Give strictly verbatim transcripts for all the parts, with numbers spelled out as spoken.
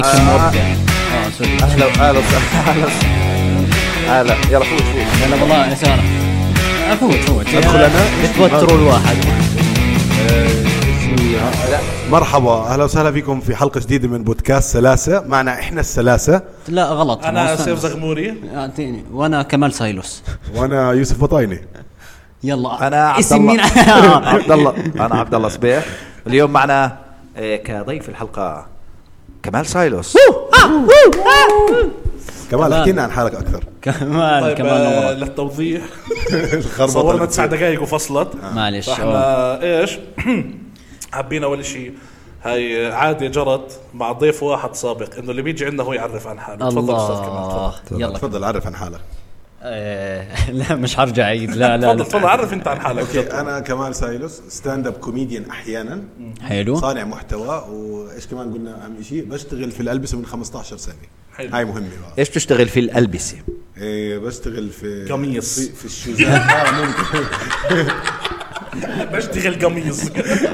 اه سوري. اهلا اهلا اهلا اهلا يلا فوت فوت. لا والله نسانا افوت فوت ادخل انا بتوتروا الواحد. مرحبا، اهلا وسهلا فيكم في حلقه جديده من بودكاست سلاسه. معنا احنا السلاسه. لا غلط. انا سيف زغموري. اعطيني. وانا كمال سايلوس. وانا يوسف بطايني. يلا انا عبد الله عبد الله انا عبد الله صبيح. اليوم معنا كضيف الحلقه كمال سايلوس. كمال احكينا عن حالك اكثر. كمال طيب كمال آه للتوضيح صورنا تسع دقائق وفصلت. معلش احنا ايش حابين اول شيء هاي عادة جرت مع ضيف واحد سابق انه اللي بيجي عندنا هو يعرف عن حاله. تفضل استاذ كمال. تفضل. يلا تفضل عرف عن حالك. آه لا مش هرجع عيد. لا لا تفضل تفضل عرف انت عن حالك. اوكي، انا كمال سايلوس، ستاند اب كوميديان احيانا، حلو، صانع محتوى، وايش كمان قلنا اهم شيء بشتغل في الالبسه من خمسة عشر سنه. حلو. هاي مهمه بقى. ايش بتشتغل في الألبسة؟ إيه بشتغل في قميص. في, في الشوزات. اه ممكن. بشتغل قميص.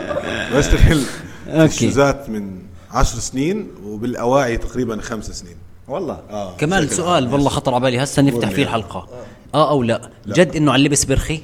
بشتغل في أوكي. الشوزات من عشر سنين وبالاواعي تقريبا خمس سنين. والله آه كمال سؤال والله خطر على بالي هسه نفتح فيه الحلقة. اه او لا, لا. جد انه على اللبس برخي؟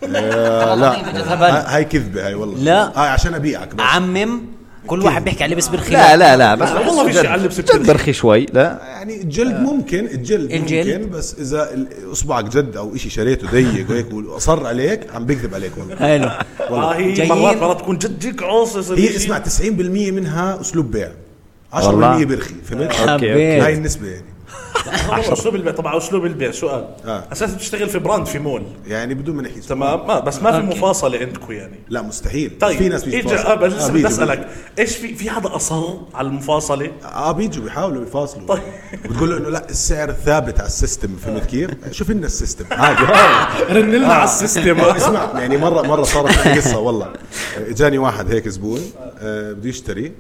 آه لا هاي كذبة هاي والله. لا آه عشان ابيعك بس. عمم كل واحد بيحكي على لبس برخي. لا لا لا بس والله في شيء على اللبس جد برخي شوي. لا يعني الجلد ممكن الجلد, الجلد. ممكن بس اذا اصبعك جد او اشي شريته ضيق وهيك واصر عليك عم بيكذب عليك والله. حلو. والله هي جايين. مرات مرات تكون جد جيك عوص. هي اسمع تسعين بالمية منها اسلوب بيع، عشرة والله. بالمية برخي. فهمت؟ حبيت. هاي النسبة يعني. اسلوب البيع طبعا. اسلوب البيع سؤال آه. اساسا بتشتغل في براند في مول يعني بدون ما نحكي تمام. ما بس ما في مفاصله عندكم يعني. لا مستحيل. طيب في ناس اجى بيتفاصلوا. قبل آه بدي بيجوا. اسالك ايش في في حدا اصر على المفاصله؟ اه بيجوا بيحاولوا يفاصلوا. طيب. بتقول له انه لا السعر ثابت على السيستم. فهمت كيف؟ شوف لنا السيستم عادي. رن لنا على السيستم. اسمع يعني مره مره صارت لي قصه والله. اجاني واحد هيك زبون آه بده يشتري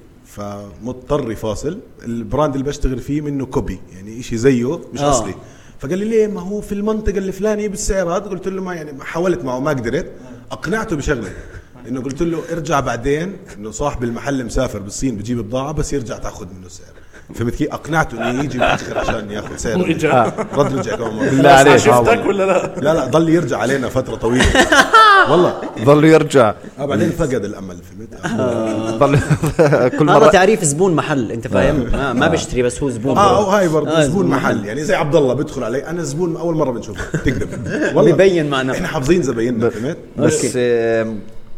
فمضطر يفاصل. البراند اللي بشتغل فيه منه كوبي يعني اشي زيه مش آه. اصلي. فقال لي ليه ما هو في المنطقه الفلانيه بالسعر هذا. قلت له ما يعني حاولت معه ما قدرت. اقنعته بشغله انه قلت له ارجع بعدين انه صاحب المحل مسافر بالصين بجيب بضاعه بس يرجع تاخذ منه السعر. فهمت كيف؟ اقنعته انه يجي متاخر عشان ياخذ سعر. رد رجع كمان مره. بالله عليك. شفتك ولا لا؟ لا لا ضل يرجع علينا فتره طويله والله. ظل يرجع. آه بعدين فقد الامل. فهمت؟ ظل كل هذا مرة تعريف زبون محل انت فاهم. ما, ما بيشتري بس هو زبون. اه وهاي برضه آه زبون محل يعني زي عبد الله بدخل علي انا زبون اول مره بنشوفه تكذب والله. بيبين معنا. احنا حافظين زبايننا. فهمت؟ بس آم،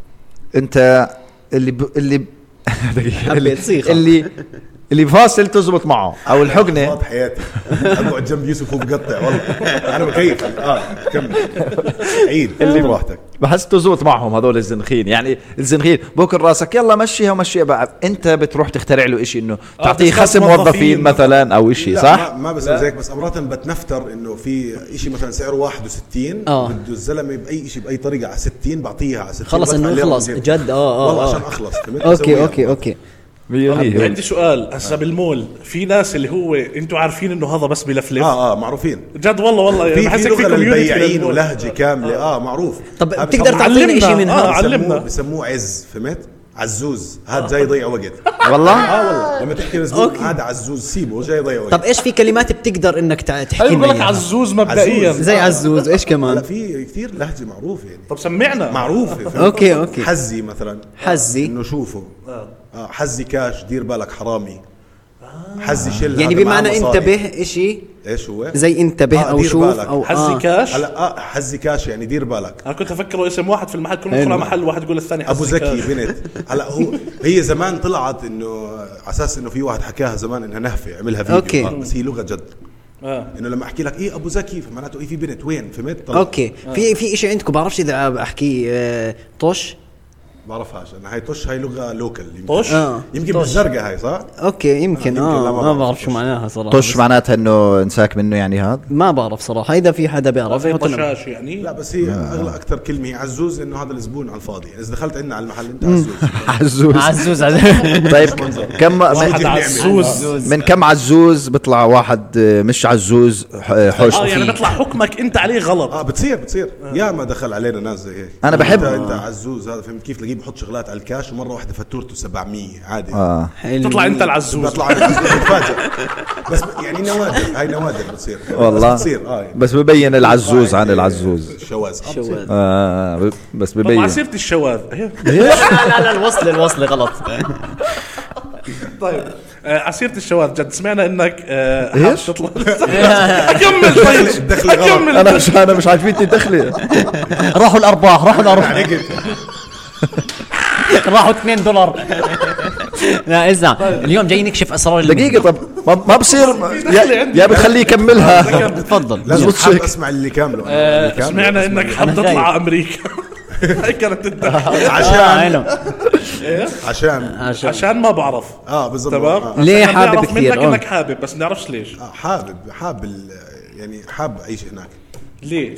انت اللي ب... اللي حبيت صيغة. اللي اللي فاصل تزبط معه او الحقنه. صوت حياتي اقعد جنب يوسف وبقطع والله انا بكيف. اه كمل عيد اللي براحتك. بحس تزبط معهم هذول الزنخين. يعني الزنخين بوكر راسك يلا مشيها ومشيها بقى. انت بتروح تخترع له إشي انه تعطيه تختار خصم موظفين موظفين مثلا او إشي لا صح. ما, ما بس زيك بس امرات بتنفتر انه في إشي مثلا سعره واحد وستين آه. بده الزلمه باي شيء باي طريقه على ستين بعطيها على ستين. خلص بدفع انه لهم يخلص جيب. جد. اه اه والله آه. عشان اخلص. فهمت؟ اوكي بسويها. اوكي اوكي. عندي سؤال هسه بالمول في ناس اللي هو انتوا عارفين انه هذا بس بلفلف. اه اه معروفين. جد والله والله في بحسك في لغه community للبياعين للمول. ولهجه كامله. اه معروف. طب آه بتقدر بسموه- تعطينا شيء علمنا. منها؟ آه علمنا. بسموه, بسموه عز. فهمت؟ عزوز هذا جاي يضيع وقت. والله اه والله لما تحكي لزبون هذا عزوز سيبه جاي يضيع وقت. طب ايش في كلمات بتقدر انك تع- تحكي ايوه بقول لك لنا؟ عزوز مبدئيا. عزوز. زي عزوز ايش لا كمان؟ في كثير لهجه معروفه يعني. طب سمعنا. معروفه. فهمت؟ اوكي اوكي. حزي مثلا. حزي انه شوفه آه حزي كاش دير بالك حرامي. حزي شل يعني هذا معاه بمعنى مصاري. انتبه اشي ايش هو زي انتبه آه او دير شوف بالك. او حزي آه. كاش. هلا اه حزي كاش يعني دير بالك. انا كنت افكره اسم واحد في المحل كل ما ندخل على محل واحد يقول الثاني ابو حزي زكي كاش. بنت. هلا هو هي زمان طلعت انه على اساس انه في واحد حكاها زمان انها نهفه عملها فيديو. أوكي. آه بس هي لغه جد. آه. انه لما احكي لك ايه ابو زكي فمعناته ايه في بنت وين. فهمت؟ اوكي في في اشي عندكم بعرفش اذا احكي آه، طش. بعرفهاش انا. هاي طش هاي لغه لوكال. طش؟ اه يمكن طش. بالزرقاء هاي صح. اوكي يمكن آه، اه يمكن لا، ما ما بعرف بعرف شو طش. معناها صراحه. طش معناتها انه انساك منه يعني هذا. ما بعرف صراحه. اذا في حدا بيعرف زي يحط لنا. طشاش يعني. لا بس هي اغلى اكثر كلمه هي عزوز انه هذا الزبون على الفاضي. يعني اذا دخلت عندنا على المحل انت عزوز. عزوز. عزوز عزوز. طيب كم واحد من, عزوز. من كم عزوز بيطلع واحد مش عزوز حوش اه يعني فيه؟ بيطلع حكمك انت عليه غلط. اه بتصير بتصير يا ما دخل علينا ناس زي هيك. أنا بحب- انت, انت عزوز هذا. فهمت كيف؟ تلاقيه بجيب بحط شغلات على الكاش ومره واحده فاتورته سبعمية عادي. اه تطلع انت العزوز. بطلع بتفاجئ. بس يعني نوادر، هاي نوادر بتصير والله بس بتصير اه بس ببين العزوز عن العزوز. شواذ شواذ. اه بس طب ببين. عسيرة الشواذ. لا لا لا الوصل الوصل غلط. طيب آه عسيرة الشواذ جد سمعنا انك آه ايش؟ تطلع. اكمل طيب الدخل غلط. اكمل. انا مش انا مش عاجبتني دخلي. راحوا الارباح راحوا الارباح راحوا اثنين دولار. لا اسمع اليوم جاي نكشف اسرار دقيقة طب ما, ما بصير يا, يا بتخليه يكملها. تفضل. لازم زبط حاب شيك. اسمع اللي كامله. اللي كامله. سمعنا انك حاب أنا تطلع خايف. امريكا. هاي كانت الدخل. آه، عشان حلو. عشان عشان عشان ما بعرف. اه بالضبط. تمام آه. ليه عشان حابب نعرف كثير؟ منك آه. انك حابب بس نعرفش ليش. آه حابب حاب ال- يعني حاب اعيش هناك. ليه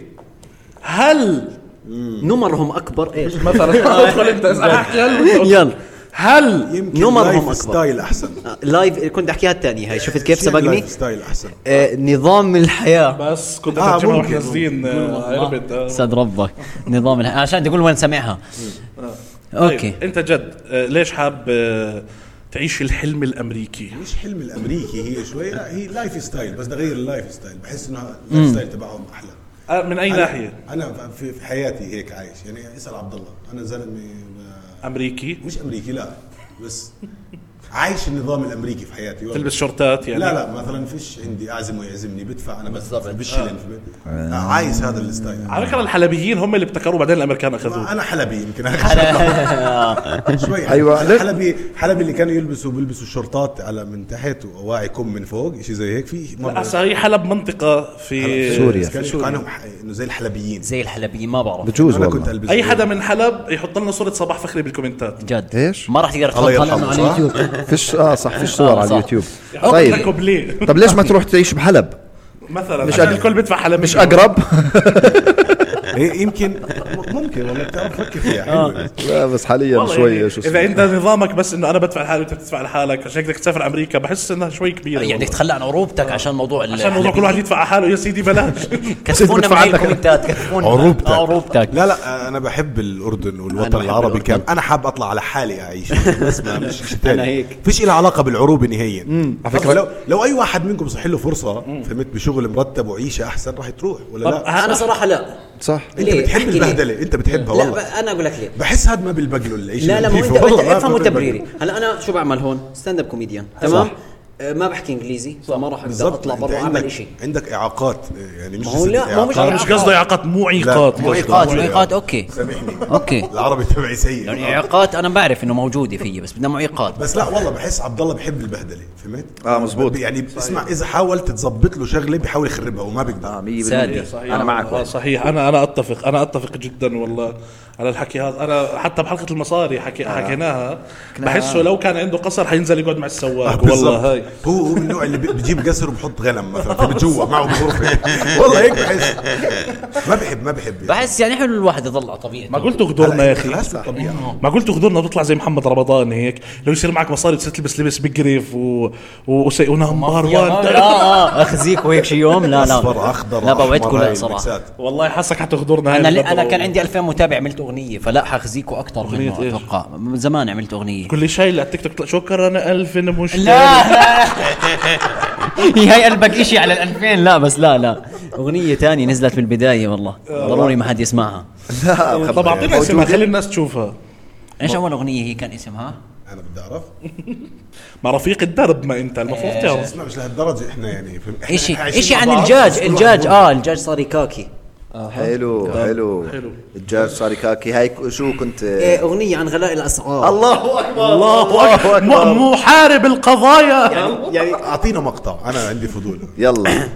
هل نمرهم اكبر ايش؟ مثلا ادخل انت احكي هل يلا هل يمكن نمرهم لايف أكبر. ستايل احسن. لايف كنت احكيها الثانية هاي شفت كيف شو يعني سبقني؟ لايف ستايل احسن. آه، نظام الحياة. بس كنت آه، اترجمها ممكن. واحنا نازلين آه، عربت آه. سد ربك نظام الحياة عشان تقول وين سمعها. اوكي طيب انت جد آه، ليش حاب آه، تعيش الحلم الامريكي؟ مش حلم الامريكي هي شوي، لا هي لايف ستايل بس بدي اغير اللايف ستايل. بحس انه اللايف ستايل تبعهم احلى. آه، من اي أنا- ناحيه؟ انا في في حياتي هيك عايش يعني. اسال عبد الله انا زلمه آه، امريكي مش امريكي لا بس عايش النظام الامريكي في حياتي والله. تلبس شورتات يعني؟ لا لا مثلا فيش عندي اعزم ويعزمني بدفع انا بس بالشلن في بيت. آه. عايز هذا الستايل. على فكره الحلبيين هم اللي ابتكروا بعدين الامريكان اخذوه. انا حلبي يمكن شوي أيوة. أيوة. حلبي حلبي اللي كانوا يلبسوا بيلبسوا الشورتات على من تحت وواعي كم من فوق شيء زي هيك. في مرة هسه هي حلب منطقه في سوريا. كانوا يقولوا ح- انه زي الحلبيين. زي الحلبيين ما بعرف بجوز انا كنت والله. البس اي حدا من حلب يحط لنا صوره صباح فخري بالكومنتات. جد إيش؟ ما راح تقدر الله تحطها يرحمه، لانه على صح؟ اليوتيوب. فيش اه صح فيش صور آه، على صح. اليوتيوب. حط طيب لك ليه طب ليش ما تروح تعيش بحلب؟ مثلا مش عشان أق- الكل بيدفع حلبيه. مش اقرب؟ إيه يمكن ممكن والله بتعرف فكر فيها حلوة. لا بس حاليا والله شوي يعني شو اذا اسمه. انت نظامك بس انه انا بدفع لحالي وانت بتدفع لحالك عشان هيك بدك تسافر امريكا بحس انها شوي كبيره. يعني بدك تخلى عن عروبتك عشان موضوع ال- عشان موضوع كل واحد يدفع على حاله يا سيدي بلاش. كسفونا من بدفع هاي عنك. الكومنتات كسفونا عروبتك. عروبتك. لا لا انا بحب الاردن والوطن أنا بحب العربي الأردن. كان انا حاب اطلع على حالي اعيش بس ما مش شيء أنا ثاني. هيك. فيش لها علاقه بالعروبه نهائيا. على فكرة- لو لو اي واحد منكم صح له فرصه فهمت بشغل مرتب وعيشه احسن راح تروح ولا لا؟ انا صراحة لا. صح. انت ليه؟ بتحب احكي ليه؟ البهدله انت بتحبها لا والله. ب- انا اقول لك ليه. بحس هذا ما بيلبقلوا العيشه لا لا مو انت النظيفة. والله ما- افهموا ما بيلبقلوا. تبريري. هلا انا شو بعمل هون؟ ستاند اب كوميديان تمام. آه، ما بحكي انجليزي فما راح اقدر بالضبط. اطلع أنت برا واعمل عندك شيء. عندك اعاقات يعني مش ما هو جسد، لا، ما هو مش إعاقات. مش قصده اعاقات مو عيقات. لا. معيقات معيقات اوكي سامحني اوكي. العربي تبعي سيء. يعني اعاقات انا بعرف انه موجوده فيي بس بدنا معيقات. بس لا والله بحس عبد الله بحب البهدله فهمت؟ آه، مزبوط. يعني اسمع اذا حاولت تظبط له شغله بيحاول يخربها وما بيقدر. اه مية سادة. بالمية. صحيح انا معك آه، والله. صحيح انا انا اتفق انا اتفق جدا والله على الحكي هذا. انا حتى بحلقه المصاري حكي حكيناها بحسه لو كان عنده قصر حينزل يقعد مع السواق والله. هاي هو هو من النوع اللي بي- بيجيب قصر وبحط غنم مثلا في جوا معه بغرفه. والله هيك بحس. ما بحب ما بحب يعني. بحس يعني حلو الواحد يطلع طبيعي. ما قلت غدورنا يا اخي. خلاص الطبيعه. ما قلت غدورنا بتطلع زي محمد رمضان هيك لو يصير معك مصاري تصير تلبس لبس بقرف و... و... ونمبر اه وان. اه اخزيك وهيك شي يوم لا لا اصفر اخضر لا بوعدكم أحمر، لا هاي صراحه. الميكسات. والله حاسك حتغدرنا هاي انا لي الغدرة انا كان والله. عندي ألفين متابع عملت اغنيه فلا حخزيكوا اكثر أغنية منه إيش؟ اتوقع من زمان عملت اغنيه. كل شيء على التيك توك شكرا انا ألف مشترك. لا هي هاي قلبك اشي على الألفين لا بس لا لا اغنيه تانية نزلت بالبدايه والله ضروري ما حد يسمعها. طب اعطينا اسمها خلي الناس تشوفها. ايش اول اغنيه هي كان اسمها؟ انا بدي اعرف. مع رفيق الدرب ما انت المفروض تعرف. اسمع مش لهالدرجه احنا يعني فهم- إحنا- اشي إحنا عايشين اشي مع عن بعض، الجاج بس كل الجاج واحد اه الجاج صار يكاكي. حلو حلو حلو. الدجاج صار كاكي. هاي شو كنت إيه، اغنيه عن غلاء الاسعار. الله اكبر الله اكبر م- محارب القضايا. يعني اعطينا مقطع انا عندي فضول. يلا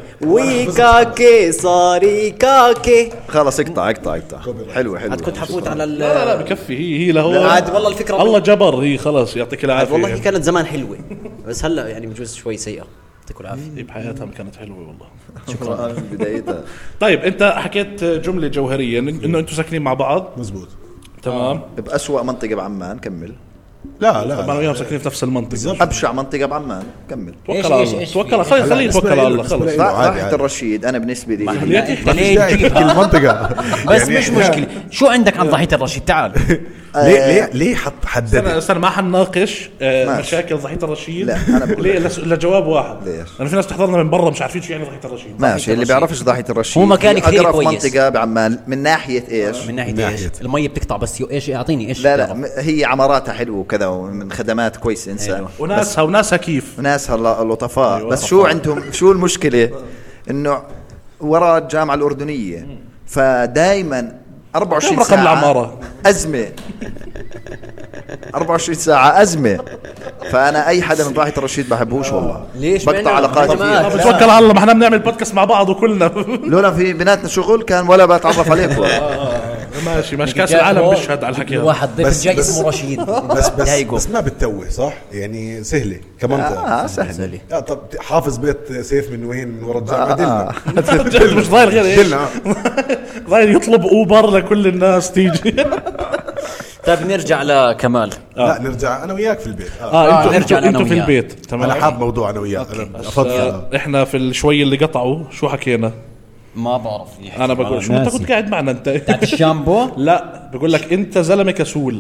ويكاكي صار يكاكي. خلص اقطع اقطع اقطع. حلو حلو. عاد كنت حفوت على ال لا لا بكفي هي هي لهو. عاد والله الفكره الله جبر هي خلاص يعطيك العافيه. والله هي كانت زمان حلوه بس هلا يعني بجوز شوي سيئه. يعطيكم العافيه. هي بحياتها ما كانت حلوه والله. شكرا بدايتها. طيب انت حكيت جمله جوهريه إن- انه انتم ساكنين مع بعض مزبوط. تمام. بأسوأ منطقة بعمان كمل. لا لا, انا لا. وياهم ساكنين في نفس المنطقه بالضبط. ابشع منطقه بعمان. كمل. توكل على الله توكل خلي خليه يتوكل على الله خلص. إيه، عادي، ضاحية عادي. الرشيد انا بالنسبه لي ما فيش داعي تحكي المنطقه بس يعني مش مشكله. شو عندك عن ضحيه الرشيد؟ تعال. ليه ليه ليه حط حدد استنى استنى ما حنناقش آه ماشي. مشاكل ضحيه الرشيد. لا، أنا بقول ليه لس- لجواب واحد. ليش؟ لأن في ناس تحضرنا من برا مش عارفين شو يعني ضحيه الرشيد. ماشي. اللي بيعرفش ضاحيه الرشيد هو مكان كثير اقرب كويس. منطقه بعمان من ناحيه ايش؟ من ناحيه من ايش؟ ناحية. المية بتقطع بس يو ايش اعطيني ايش؟ لا تعرف؟ لا م- هي عماراتها حلوه وكذا ومن خدمات كويسه انسان. أيوة. وناسها وناسها كيف. وناسها ل- لطفاء. أيوة. بس شو عندهم شو المشكله انه وراء الجامعه الاردنيه فدائما أربعة وعشرين كم رقم ساعه العمارة؟ ازمه. أربعة وعشرين ساعه ازمه. فانا اي حدا من ضاحيه الرشيد بحبهوش والله. ليش؟ بقطع معناه علاقاتي خدمات. فيه. بتوكل على الله ما احنا بنعمل بودكاست مع بعض وكلنا. لولا في بيناتنا شغل كان ولا بتعرف عليك والله. ماشي ماشي كاس العالم بيشهد على الحكي هذا. واحد ضيف بس- جاي بس- اسمه رشيد بس بس دايقو. بس ما بتتوه صح يعني سهله كمنطقه اه سهل. سهلة. آه طب حافظ بيت سيف من وين من ورا الجامعه آه. دلنا مش ضايل غير ايش دلنا ضايل يطلب اوبر لكل الناس تيجي. طيب نرجع لكمال. لا نرجع انا وياك في البيت آه. اه انتوا نرجع انتوا لأنا انتوا في وياه. البيت تمام. انا حاب موضوع انا وياك انا افضل آه، احنا في الشوي اللي قطعوا شو حكينا. ما بعرف يحكي. انا بقول شو انت كنت قاعد معنا انت. تاعت الشامبو. لا بقول لك انت زلمه كسول.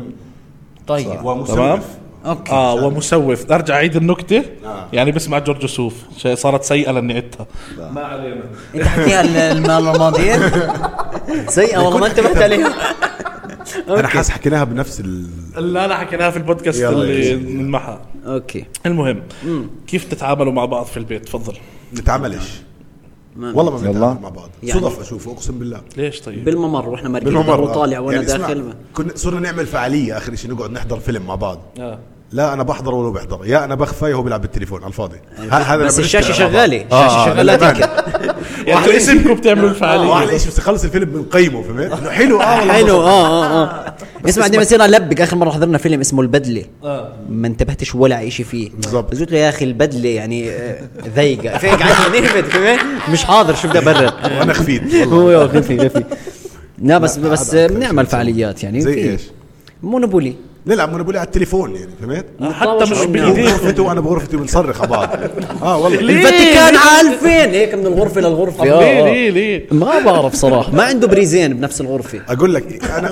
طيب ومسوف تمام. اوكي. اه ومسوف. ارجع اعيد النكته. يعني بسمع جورج وسوف شيء صارت سيئه لاني عدتها. ما علينا. انت حكيها ال- المال الماضيين سيئه والله ما انتبهت عليها. انا حاس حكيناها بنفس ال لا لا حكيناها في البودكاست يلا اللي يا نلمحها. اوكي. المهم كيف تتعاملوا مع بعض في البيت؟ تفضل. نتعاملش والله ما بنتعامل مع بعض يعني- صدف اشوفه اقسم بالله ليش طيب؟ بالممر واحنا مركبين بالممر وطالع وانا يعني اسمع، داخل. كنا صرنا نعمل فعاليه اخر شيء نقعد نحضر فيلم مع بعض آه. لا انا بحضر ولا بحضر يا انا بخفى يا هو بيلعب بالتليفون على الفاضي ه- هذا بس لما الشاشه نشتغل مع بعض. شغاله آه، الشاشه آه، شغاله للأمانة. تنكر. يعني انتوا اسمكم بتعملوا آه، الفعاليه. واحلى شيء بس نخلص الفيلم بنقيمه فهمت انه حلو اه والله حلو انبسط. اه اه اه اسمع بدي بصير البق. اخر مره حضرنا فيلم اسمه البدله ما انتبهتش ولا شيء فيه بالضبط. قلت له يا اخي البدله يعني آه، ضيقه فيك عادي نهبط فهمت مش حاضر شو بدي ابرر. وانا خفيت هو يا خفي خفي. لا بس لا، بس هذا أكثر بنعمل شيء فعاليات يعني زي في إيش؟ مونوبولي. نلعب مونوبولي على التليفون يعني فهمت حتى مش هو هو بايديك. بغرفته وانا بغرفتي بنصرخ على بعض اه والله الفاتيكان عالفين هيك من الغرفه للغرفه. طب آه، ليه آه. ليه ليه؟ ما بعرف صراحه ما عنده بريزين بنفس الغرفه. اقول لك انا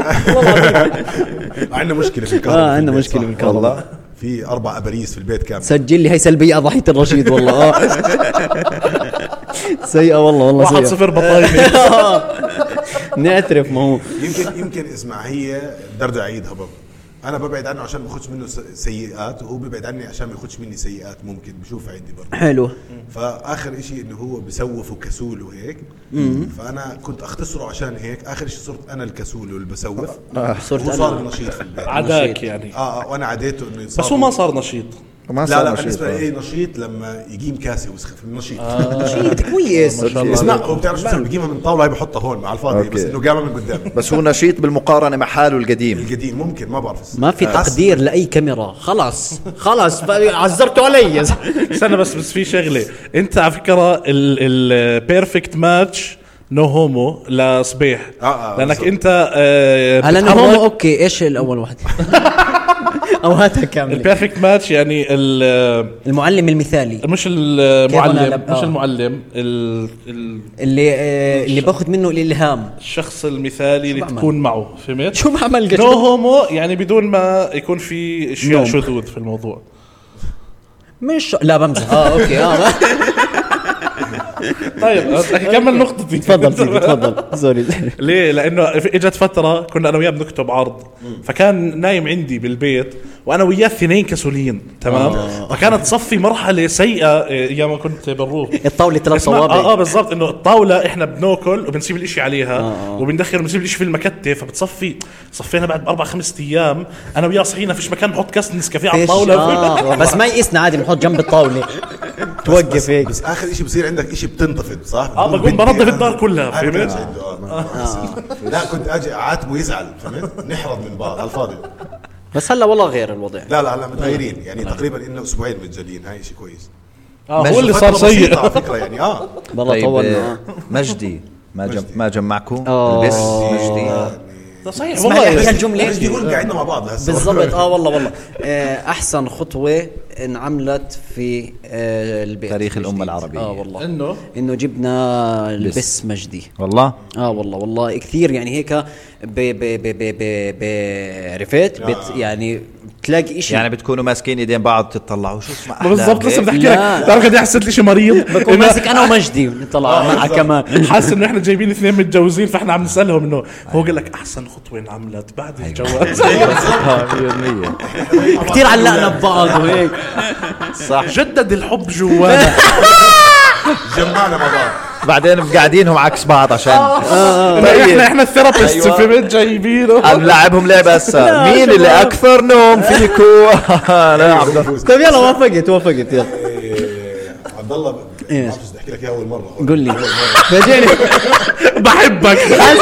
عندنا مشكله في الكهرباء اه في عندنا البيت، مشكله صح؟ بالكهرباء. والله في اربع اباريس في البيت كامل سجل لي هي سلبيه ضحيه الرشيد والله اه سيئه والله والله واحد سيئه. صفر بطاينه. نعترف ما هو يمكن يمكن اسمع هي درجة عيدها برضه انا ببعد عنه عشان ما اخدش منه س- سيئات وهو بيبعد عني عشان ما ياخدش مني سيئات ممكن بشوف عندي برضه حلو. فاخر اشي انه هو بسوف وكسول وهيك فانا كنت اختصره عشان هيك اخر اشي صرت انا الكسول واللي بسوف صرت هو صار انا النشيط في البيت عداك يعني. اه اه وانا عديته انه بس هو ما صار نشيط. ما لا صار لا نشيط. بالنسبه لي نشيط لما يقيم كاسه وسخف النشيط نشيط كويس. اسمع هو بتعرف شو بصير؟ بيقيمها من طاوله هي بحطها هون على الفاضي أوكي. بس انه قامها من قدام بس هو نشيط بالمقارنه مع حاله القديم. القديم ممكن ما بعرف ما في حاسس- تقدير لاي كاميرا خلاص خلاص بقى عزرتوا علي. استنى بس بس في شغله انت على فكره البيرفكت ماتش نو هومو لصبيح. آه، آه، لانك بالضبط. انت آه هلا بتتحرك- هو اوكي ايش الاول واحد او هاتها كامله. البيرفكت ماتش يعني ال- المعلم المثالي مش أنا المعلم لب- مش آه. المعلم ال- ال- اللي آه اللي باخذ منه الالهام. الشخص المثالي اللي بعمل؟ تكون معه فهمت؟ شو بعمل نو هومو يعني بدون ما يكون في اشياء نوم. شذوذ في الموضوع. مش لا بمزح اه اوكي اه طيب كمل نقطتي. تفضل سيدي تفضل سوري. ليه؟ لانه اجت فتره كنا انا وياه بنكتب عرض فكان نايم عندي بالبيت وانا وياه اثنين كسولين تمام آه. فكانت تصفي مرحله سيئه ايام ما كنت بالروف. الطاوله ثلاث اسمع، صوابع. اه اه بالضبط انه الطاوله احنا بناكل وبنسيب الاشي عليها آه، آه. وبندخل بنسيب الاشي في المكتة فبتصفي صفينا بعد اربع خمس ايام انا وياه صحينا فيش مكان نحط كاس نسكافيه على فيش الطاوله. آه. بس ما يئسنا عادي بنحط جنب الطاوله توقف هيك. بس اخر شيء بصير عندك شيء بتنتفض صح؟ اه بتقول بقوم بدي بنظف أنا- الدار كلها أنا فهمت؟ كنت عنده، آه. آه. لا كنت اجي اعاتبه يزعل فهمت؟ نحرض من بعض على الفاضي. بس هلا والله غير الوضع. لا لا لا متغيرين يعني تقريبا انه اسبوعين متجلين هاي شيء كويس اه هو اللي فترة صار بسيطة سيء. على فكره يعني اه والله طيب طولنا آه، آه. مجدي ما جم مجدي. ما جمعكم آه. البس مجدي يعني صحيح اسمع والله. لي بس هالجملة بس يقول قاعدنا مع بعض هسه بالضبط. اه والله والله آه، احسن خطوه انعملت في آه، البيت تاريخ الأمة الجديد. العربية. اه والله إنه؟ انه جبنا البس مجدي. والله اه والله والله كثير يعني هيك ب ب ب ب ب ب عرفت بت يعني تلاقي إشي يعني بتكونوا ماسكين ايدين بعض تطلعوا شو اسمه أحلام بالضبط لسه هيك. بدي احكي لا. لك. تعرف قد حسيت لي شيء مريض بكون ماسك انا ومجدي ونطلع معه كمان. حاسس انه احنا جايبين اثنين متجوزين فاحنا عم نسالهم انه هو قال لك احسن خطوه انعملت بعد الجواز. آه، مية بالمية. كثير علقنا ببعض وهيك. صح جدد الحب جوانا. جمعنا مع بعض بعدين قاعدينهم عكس بعض عشان احنا احنا الثيرابيست أيوة. في بيت جايبينه. نلعبهم لعبه هسه مين اللي اكثر نوم فيكو. لا عبد الله طيب يلا وافقت وافقت يلا إيه، عبد الله ب- إيه. ما بعرف احكي لك اياها اول مره قل لي فاجئني. بحبك.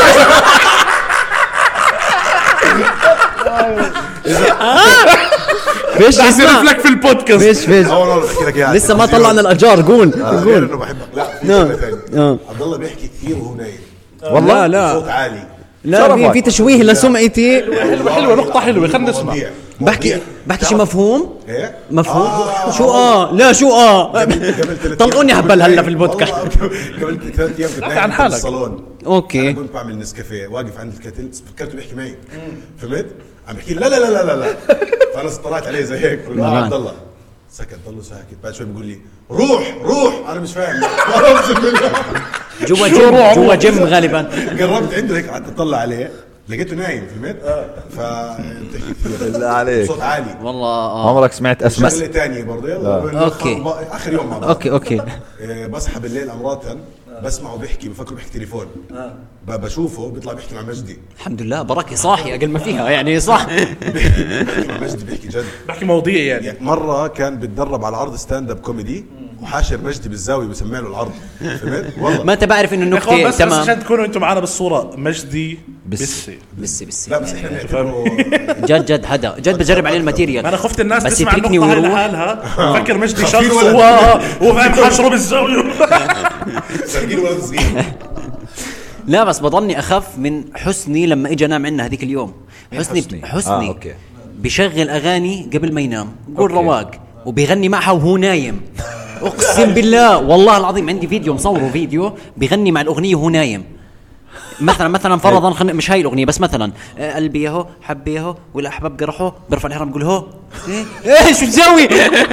فيش اعترف اسمع لك في البودكاست. فيش فيش اول مره بحكي لك اياها لسه ما طلعنا الاجار. قول آه، غير قول انه بحبك لا في نعم. شغله ثانيه آه. عبد الله بيحكي كثير وهو نايم والله لا صوت عالي لا في, في تشويه لسمعتي. حلوه حلوه نقطه حلوه خلينا نسمع. مواضيع. بحكي مواضيع. بحكي شي مفهوم ايه مفهوم آه. شو اه لا شو اه قبل ثلاث طلقوني أيام هبل هلا كنت في نايم. البودكاست. والله قبل ثلاث ايام كنت احكي نايم عن حالك. في الصالون اوكي انا كنت بعمل نسكافيه واقف عند الكتل فكرته بيحكي معي فهمت عم بحكي لا لا لا لا لا لا فانا اطلعت عليه زي هيك قلت له نعم. آه عبد الله سكت ضله ساكت بعد شوي بيقول لي روح روح انا مش فاهم أقسم بالله. جوا شو جيم روح؟ جوا جيم غالبا. قربت عنده هيك قعدت اطلع عليه لقيته نايم فهمت ف بالله عليك. صوت عالي والله اه عمرك سمعت اسماء شغله ثانيه برضه يلا أوكي. اخر يوم مع بعض اوكي اوكي إيه، بصحى بالليل امراتا بسمعه بيحكي بفكره بيحكي تليفون ب- بشوفه بيطلع بيحكي مع مجدي الحمد لله بركي صاحي اقل ما فيها يعني صح. بيحكي مع مجدي بيحكي جد بحكي مواضيع يعني. يعني مره كان بتدرب على عرض ستاند اب كوميدي وحاشر مجدي بالزاويه بسمع له العرض فهمت والله ما انت بعرف انه يا اخوان النكته بس, بس تمام. عشان تكونوا انتم معنا بالصوره مجدي بس. بسي. بس بس لا بس احنا نعتبره جد جد هذا جد بجرب عليه الماتيريال. ما انا خفت الناس بس تسمع يتركني النقطه هاي ويروح. لحالها فكر مجدي خفيف شخص ولد. هو هو فاهم حشره بالزاويه. سرقين ولد صغير لا بس بضلني اخف من حسني لما اجى نام عنا هذيك اليوم. حسني حسني؟ حسني آه، أوكي. بيشغل اغاني قبل ما ينام قول أوكي. رواق وبيغني معها وهو نايم. اقسم بالله والله العظيم عندي فيديو مصوره فيديو بيغني مع الاغنيه وهو نايم. مثلا مثلا فرضا خن... مش هاي الاغنيه بس مثلا آه، قلبي ياهو حبي ياهو والاحباب جرحوا برفع الهرم بقول هو ايه ايه شو تسوي.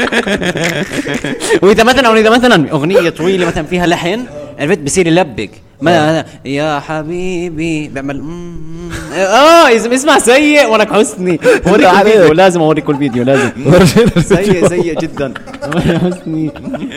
واذا مثلا واذا مثلا اغنيه طويله مثلا فيها لحن عرفت بصير يلبق ما يا حبيبي بيعمل مم. اه اذا اسمع سيء ولك حسني. اوريك الفيديو لازم اوريكم الفيديو لازم سيء سيء جدا. حسني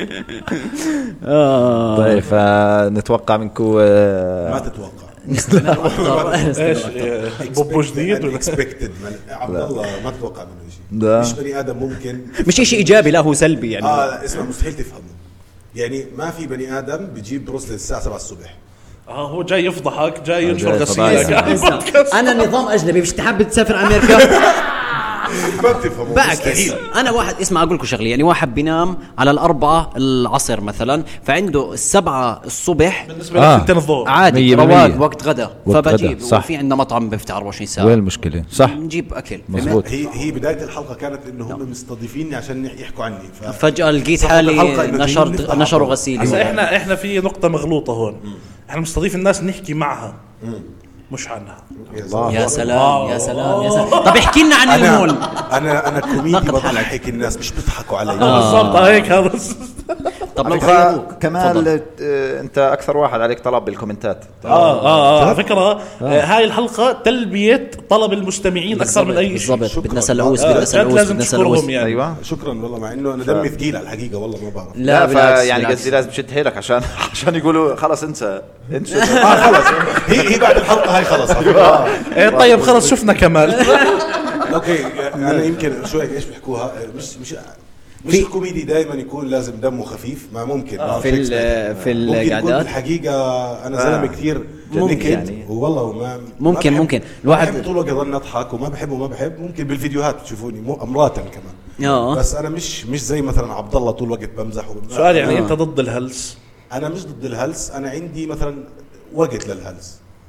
اه طيب فنتوقع منكم ما تتوقع ايش بوبو جديد ولا اكسبكتد عبد الله ما تتوقع منه شيء لا. مش بني ادم ممكن مش شيء ايجابي لا هو سلبي يعني. اه لا، اسمع مستحيل تفهمه يعني ما في بني ادم بيجيب بروسلي الساعه سبعة الصبح اه هو جاي يفضحك جاي ينشر جاي غسيلك. فضايح. انا نظام اجنبي مش تحب تسافر امريكا. ما بتفهمه بعكس مستحيل انا واحد اسمع اقول لكم شغله يعني واحد بينام على الأربعة العصر مثلا فعنده السبعة الصبح بالنسبه آه. لك ستين الظهر عادي مية بالمية. رواق وقت غدا وقت فبجيب غدا، صح. وفي عندنا مطعم بيفتح أربعة وعشرين ساعه وين المشكله صح نجيب اكل مزبوط. هي هي بدايه الحلقه كانت انه هم مستضيفيني عشان يحكوا عني ف... فجاه لقيت صفحة حالي الحلقة إنه نشرت جايين نفتح نشروا عبد. غسيلي هسا احنا احنا في نقطه مغلوطه هون. احنا مستضيف الناس نحكي معها مش عنها. يا سلام يا سلام يا سلام. طب احكي لنا عن المول. انا انا انا كوميدي نقد بضحك الناس مش بيضحكوا علي بالضبط هيك هذا. طب لو على خيروك فكرة كمال آه، انت اكثر واحد عليك طلب بالكومنتات. اه اه اه على فكره آه. هاي الحلقه تلبيه طلب المستمعين اكثر من اي شيء. بالضبط بدنا سلعوس آه، بدنا جد سلعوس لازم بدنا سلعوس. تشكرهم يعني. ايوه شكرا والله مع انه انا دمي ثقيل على الحقيقه والله ما بعرف لا لا بالعكس فيعني بالعكس. قصدي لازم تشد حيلك عشان عشان يقولوا خلص انسى انسى. اه خلص هي هي بعد الحلقه هاي خلص آه. إيه طيب خلص شفنا كمال. اوكي انا يمكن شوي ايش بيحكوها مش مش مش الكوميدي دائما يكون لازم دمه خفيف ما ممكن آه في ال- في ممكن يكون القعدات بالحقيقه انا زلمه كثير ممكن نكد يعني. والله ما ممكن- ما بحب- ممكن. الواحد الواحد- طول الوقت ضل اضحك وما بحب وما بحب ممكن بالفيديوهات تشوفوني مو امراتا كمان اه بس انا مش مش زي مثلا عبد الله طول الوقت بمزح وبمزح. سؤال يعني آه. انت ضد الهلس؟ انا مش ضد الهلس انا عندي مثلا وقت للهلس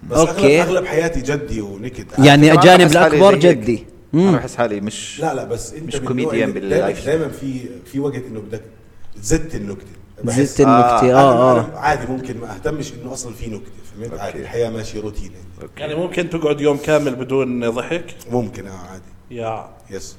بس أوكي. أغلب, اغلب حياتي جدي ونكت. يعني كمان الجانب بحس حالي الاكبر زي هيك. جدي. انا بحس حالي مش لا لا بس انت مش من كوميديان النوع اللي باللايف. دايما في في وقت انه بدك تزت النكته. بحس زدت النكتة آه اه اه عادي ممكن ما اهتمش انه اصلا في نكته فهمت عادي الحياه ماشيه روتين يعني ممكن تقعد يوم كامل بدون ضحك. ممكن اه عادي يا يس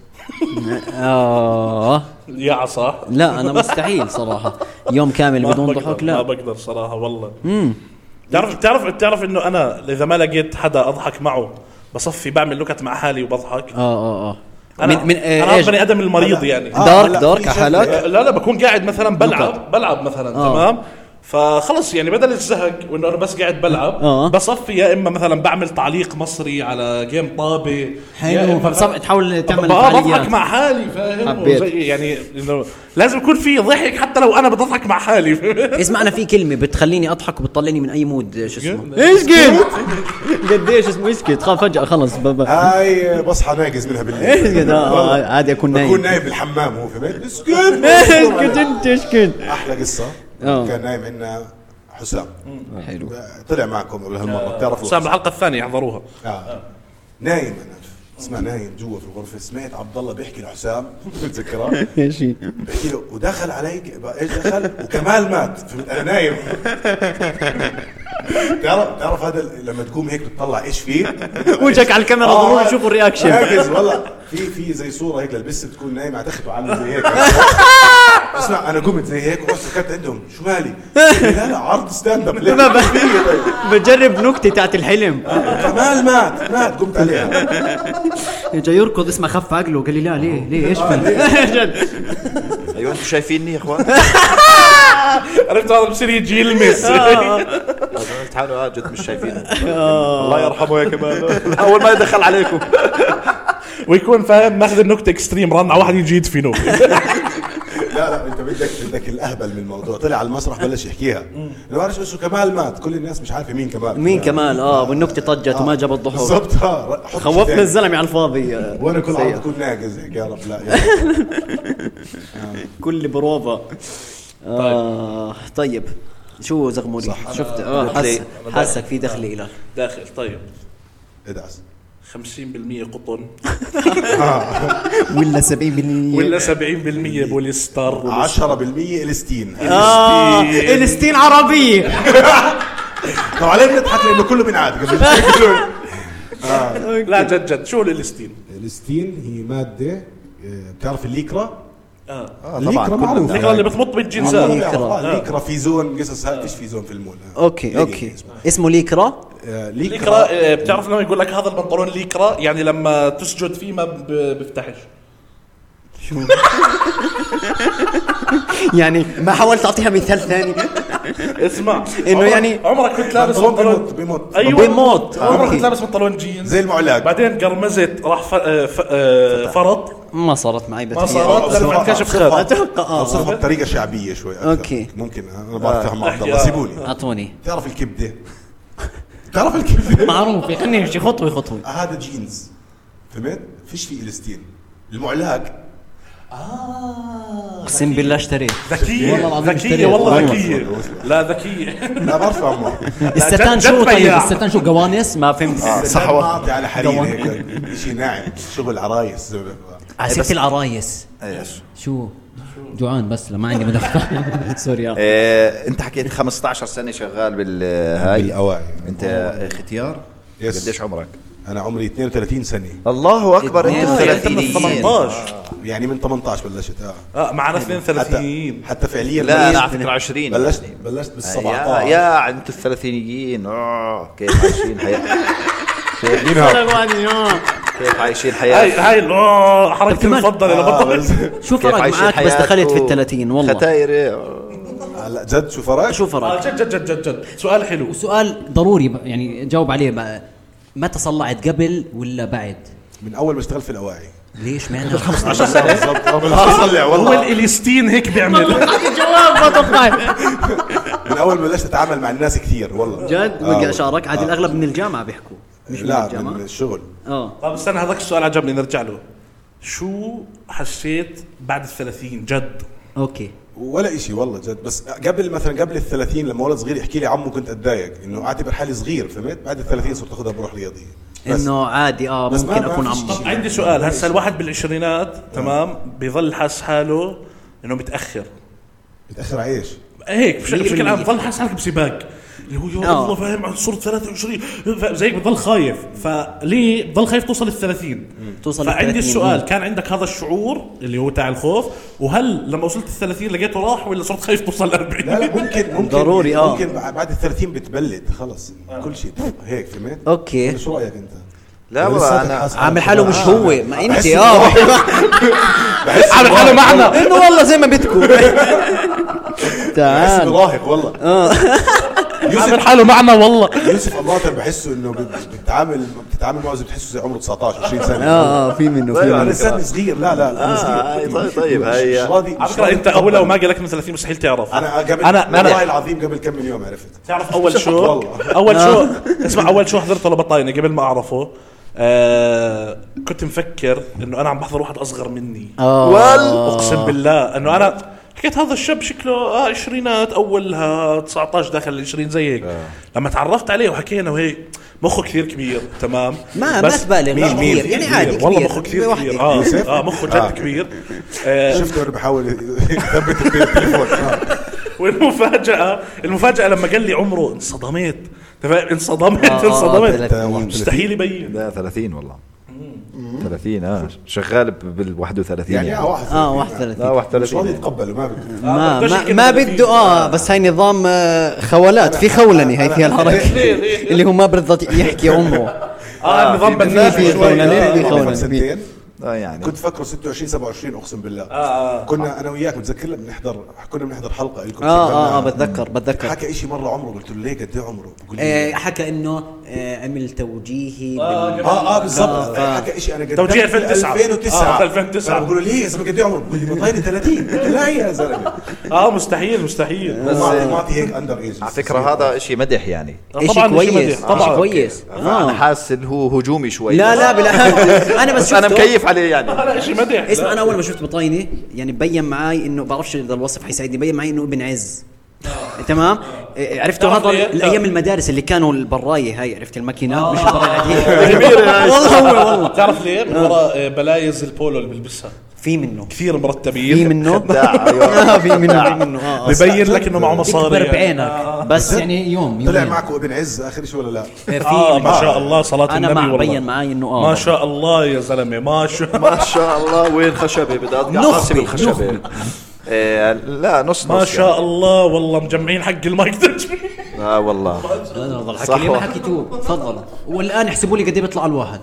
اه يا صح. لا انا مستحيل صراحه يوم كامل ما بدون بقدر- ضحك ما لا. بقدر صراحه والله. امم تعرف تعرف تعرف انه انا اذا ما لقيت حدا اضحك معه بصفي بعمل نكت مع حالي وبضحك. اه اه اه انا من من انا آه ايش بني ادم المريض يعني. آه، دارك لا، دارك في على شغلة. حالك. لا لا بكون قاعد مثلا بلعب بلعب مثلا آه. تمام. فخلص يعني بدل الزهق وانه انا بس قاعد بلعب آه. بصفي يا اما مثلا بعمل تعليق مصري على جيم طابه يا حلو إما- فبصف تحاول تعمل بقى بضحك فعاليات. مع حالي فاهم حبيت. وزي- يعني انه لازم يكون في ضحك حتى لو انا بضحك مع حالي. اسمع انا في كلمه بتخليني اضحك وبتطلعني من اي مود شو اسمه اسكت قديش اسمه اسكت خاف فجاه خلص بابا هاي بصحى ناقز منها بالليل اسكت اه آه، عادي اكون بكون نايم نايم بالحمام هو فهمت اسكت اسكت انت اسكت احلى قصه آه. كان نايم عندنا حسام حلو طلع معكم قبل هالمره بتعرفوا سام الحلقه الثانيه يحضروها. آه. نايم انا اسمع نايم جوا في الغرفه سمعت عبد الله بيحكي لحسام بتذكرها ايش هي؟ بحكي له ودخل عليك بقى ايش دخل وكمال مات فهمت انا نايم تعرف تعرف هذا لما تقوم هيك بتطلع ايش فيه وجهك على الكاميرا ضروري يشوفوا الرياكشن راكز والله في في زي صوره هيك للبس تكون نايم على تخته عامل زي هيك اسمع انا قمت زي هيك ورحت سكرت عندهم شو مالي لا لا عرض ستاند اب ليه؟ بجرب نكتة تاعت الحلم كمال مات مات قمت عليها جاي يركض اسمه خف عقله قال لي لا ليه ليه ايش في ايوه انتم شايفيني يا اخوان. عرفت هذا بصير يجي يلمس. تعالوا جد مش شايفينه. الله يرحمه يا كمال اول ما يدخل عليكم. ويكون فاهم ماخذ النكته اكستريم رن على واحد يجي يدفنه. لا لا انت بدك بدك الاهبل من الموضوع طلع على المسرح بلش يحكيها انا بعرفش اسمه كمال مات كل الناس مش عارفه مين كمال مين كمال اه والنكتة طجت وما جابت ضحك بالضبط اه حط خوفنا شيء. الزلمة على الفاضي آه، وانا كل سيء. عم بكون ناقز هيك يا رب لا يا رب. كل بروفا آه طيب شو زغموري شفت اه حس حاسك في دخل إلك داخل طيب ادعس خمسين بالمية قطن ولا سبعين بالمية ولا سبعين بالمية بوليستر عشرة بالمية الستين اه الستين عربية طب عليه بنضحك لانه كله بنعاد قبل لا جد جد شو الستين؟ الستين هي ماده آه، بتعرف الليكرا اه الليكرا معروف الليكرا اللي بتمط بالجنسات. الليكرا الليكرا في زون قصص هاي فيش في زون في المول آه. اوكي ليكرا اوكي اسمه. اسمه ليكرا آه، ليكرا ليكرا آه، بتعرف لما يقول لك هذا البنطلون ليكرا يعني لما تسجد فيه ما ب- بيفتحش. يعني ما حاولت اعطيها مثال ثاني اسمع إنه عمرك- يعني- عمرك كنت لابس بنطلون بنطلون بيموت بيموت ايوه بيموت. عمرك أوكي. كنت لابس بنطلون جينز زي المعلاق بعدين قرمزت راح ف... آه، ف... آه، فرط ما صارت معي ما بس صارت لما انكشف خير. اتوقع اه اوصفها بطريقه شعبيه شوي أكثر. أوكي. ممكن انا بعرف افهم عبد الله آه. سيبوني اعطوني تعرف الكبده تعرف الكبده معروف يخليني يمشي خطوه خطوه آه، هذا جينز فهمت فيش فيه الستين المعلاق اقسم بالله اشتريت ذكية والله العظيم ذكية اشتريت. والله والله. ذكية لا ذكية. لا بعرف عمو الستان جد- شو جد طيب بياع. الستان شو قوانص ما فهمت صح واطي على حرير هيك شيء ناعم شغل عرايس عسيت العرايس ايش شو جوعان بس لا ما عندي مدخل سوري يا إيه انت حكيت خمسة عشر سنه شغال بالهاي بالاواعي انت ختيار يس. قديش عمرك انا عمري اثنين وثلاثين سنه الله اكبر انت اثنين الثلاثينيين ثمانية عشر يعني من ثمانية عشر بلشت اه اه معنا اثنين حتى وثلاثين حتى فعليا لا انا بلشت- على فكره عشرين بلشت بلشت بال يا سبعة عشر يا انتم الثلاثينيين اه كيف عايشين حياه كيف عايشين هاي حياه هاي ال- حركتي كمان- المفضلة لما آه، بطل بس- شو كيف فرق عايشين معك بس دخلت في حياتكم؟ الثلاثين والله ختاير إيه؟ هلا جد شو فرق شو آه، فرق جد جد جد جد جد سؤال حلو. وسؤال ضروري ب- يعني جاوب عليه بقى. متى صلعت قبل ولا بعد من اول ما اشتغلت في الاواعي ليش معناها خمسة عشر سنة بالضبط قبل ما اصلع هو والله الإليستين هيك بيعمل. جواب ما توقعت من اول ما بلشت اتعامل مع الناس كثير والله جد آه، وقع شعرك عاد آه. الاغلب من الجامعه بيحكوا مش من لا الجامعه من الشغل اه طب استنى هذاك السؤال عجبني نرجع له. شو حسيت بعد الثلاثين جد اوكي ولا إشي والله جد. بس قبل مثلا قبل الثلاثين لما ولد صغير يحكي لي عمو كنت أتضايق إنه أعتبر حالي صغير فهمت. بعد الثلاثين صرت أخذها بروح رياضية إنه عادي آه بس ممكن ما أكون فيش عم. شيء. عندي سؤال. هسا الواحد بالعشرينات تمام بيظل حاس حاله إنه متأخر. متأخر عايش هيك بشكل عام بضل حاسس حالك بسباق اللي هو يا الله فاهم عن صورة ثلاثة وعشرين زيك بضل خايف. فليه بضل خايف توصل الثلاثين؟ توصل فعندي الثلاثين. السؤال كان عندك هذا الشعور اللي هو تاع الخوف وهل لما وصلت الثلاثين لقيته راح ولا صرت خايف توصل الأربعين؟ لا لا ممكن ممكن ضروري آه. ممكن بعد الثلاثين بتبلد خلص كل شيء هيك فهمت. أوكي شو رأيك أنت؟ لا والله انا عامل حاله مش آه. هو ما انت بحس اه عامل حاله معنا انه والله زي ما بدكم. بحس تعال براهق والله. عامل حاله معنا والله. يوسف أماطر بحسه إنه بت- بتتعامل بتتعامل معه زي بتحسه زي عمره تسعطعش عشرين سنة. اه اه في منه في أيوة. أنا منه لساني صغير. لا لا أنا آه، صغير. طيب- طيب، مش- هي- مش راضي على مش فكرة راضي انت أتقبل. اول لو ما قال لك من ثلاثين مستحيل تعرف. أنا قبل أنا- أنا أنا- والله العظيم قبل كم من يوم عرفت. تعرف اول شو والله. اول شو اسمع اول شو حضرته لبطاينه قبل ما اعرفه. آه كنت مفكر انه انا عم بحضر واحد اصغر مني. اه اقسم بالله انه انا حكيت هذا الشاب شكله اه عشرينات اولها تسعطعش داخل العشرين زي هيك. لما تعرفت عليه وحكينا وهيك مخه كثير كبير تمام. ما ما تبالغ مين- كثير مين؟ يعني عادي كبير والله مخه كثير بوحدة. كبير اه يوسف؟ اه مخه جد آه. كبير. آه شفته أنا بحاول يثبت التليفون. آه. والمفاجأة المفاجأة لما قال لي عمره انصدمت. تفهم انصدمت آه، آه، انصدمت ثلاثين. مستحيل يبين. لا ثلاثين والله ثلاثين اه شغال بال واحد وثلاثين يعني يعني اه واحد اه واحد لا ثلاثين. واحد مش راضي وثلاثين يتقبله ما بده. ما بدوش ما, يحكي ما ثلاثين. بده اه بس هاي نظام آه، خولات في خولني هاي فيها الحركة اللي هو ما برضى يحكي عمره. اه النظام في بنات في شوي. خولة آه. في خولة قبل سنتين اه يعني كنت فكره ستة وعشرين سبعة وعشرين اقسم بالله. آه. كنا انا وياك متذكر بنحضر كنا بنحضر حلقه لكم اه اه اه بتذكر بتذكر. حكى شيء مره عمره قلت له ليه قد ايه عمره بقول لي آه، حكى انه آه، عمل توجيهي آه، بال- اه اه بالضبط آه. حكى شيء انا قد توجيه ألفين وتسعة. ألفين وتسعة آه، ألفين وتسعة. بقول له ليه يا زلمه قد ايه عمره بقول لي بطايني ثلاثين قلت له لا يا زلمه اه مستحيل مستحيل. بس معطي معطي هيك اندر ايج على فكره هذا شيء مدح يعني إشي طبعاً كويس مدح. طبعا طبعاً. كويس انا آه. حاسس انه هو هجومي شوي لا لا بالعكس انا بس بس انا شفته- مكيف عليه يعني لا شيء مدح. اسمع انا اول ما شفت بطاينه يعني ببين معي انه بعرفش اذا الوصف حيساعدني ببين معي انه ابن عز تمام. إيه، عرفتوا تعرف هذا ليه؟ الايام المدارس اللي كانوا البرايه هاي عرفت الماكينات مش البرايه والله هو والله تعرف ليه؟ من وراء بلايز البولو اللي بلبسها في منه كثير مرتبين. في منه خداع، أيوة. آه، في منه في منه اه ببين لك انه معه مصاري يكبر يعني. بعينك بس يعني يوم طلع يومين. معكم ابن عز اخر شيء ولا لا؟ في اه ما منه. شاء الله صلاة انا النبي مع والله. بين معي انه اه ما شاء الله يا زلمه ما شاء ما شاء الله وين خشبه بدي اطقع راسي نخبة، بالخشبه نخبة. إيه لا نص نص ما شاء الله والله مجمعين حق المايك تجميع. يعني. اه والله حكي صح لي ما والله. حكيتوه تفضل والان احسبوا لي قد ايه بيطلع الواحد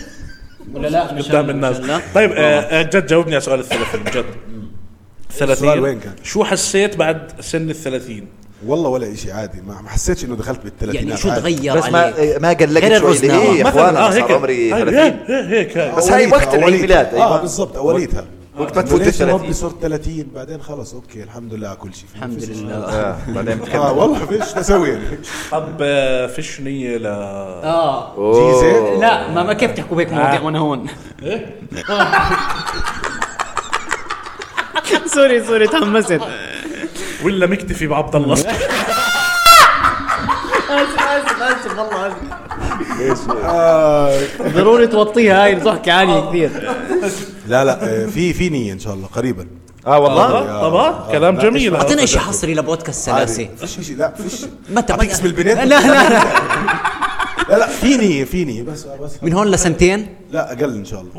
ولا لا مش قدام الناس. طيب آه، جد جاوبني على سؤال الثلاثين جد. السؤال ثلاثين وين كان؟ شو حسيت بعد سن الثلاثين؟ والله ولا شيء عادي ما ما حسيتش انه دخلت بالثلاثينات يعني شو عادي. تغير بس ما عليك ما قال لك غير شوي الرزنة. ليه يا مثلاً، اخوانا آه، هيك. صار عمري هاي- ثلاثين هيك هيك بس هاي أوليتها- وقت العيد أوليتها. ميلاد، أيوة. اه بالضبط اوليتها وقت ما تفوت ليش يا ربي الثلاثين صرت ثلاثين بعدين خلص اوكي الحمد لله على كل شيء الحمد لله اه بعدين بتكلم. اه والله فيش نسوي يعني طب آه، فيش نية ل اه جيزه لا ما ما كيف تحكوا بهيك مواضيع وانا هون سوري سوري تحمست ولا مكتفي بعبد الله؟ اسف اسف اسف والله اسف آه ضروري توطيها هاي بتحكي عالية كثير لا لا آه، في في نيه ان شاء الله قريبا اه والله طبعا كلام لا، جميل. اعطينا شيء حصري لبودكاست سلاسة فيش شيء لا فيش متى اعطيك اسم البنت لا لا لا لا لا في نيه في نيه بس بس من هون لسنتين لا اقل ان شاء الله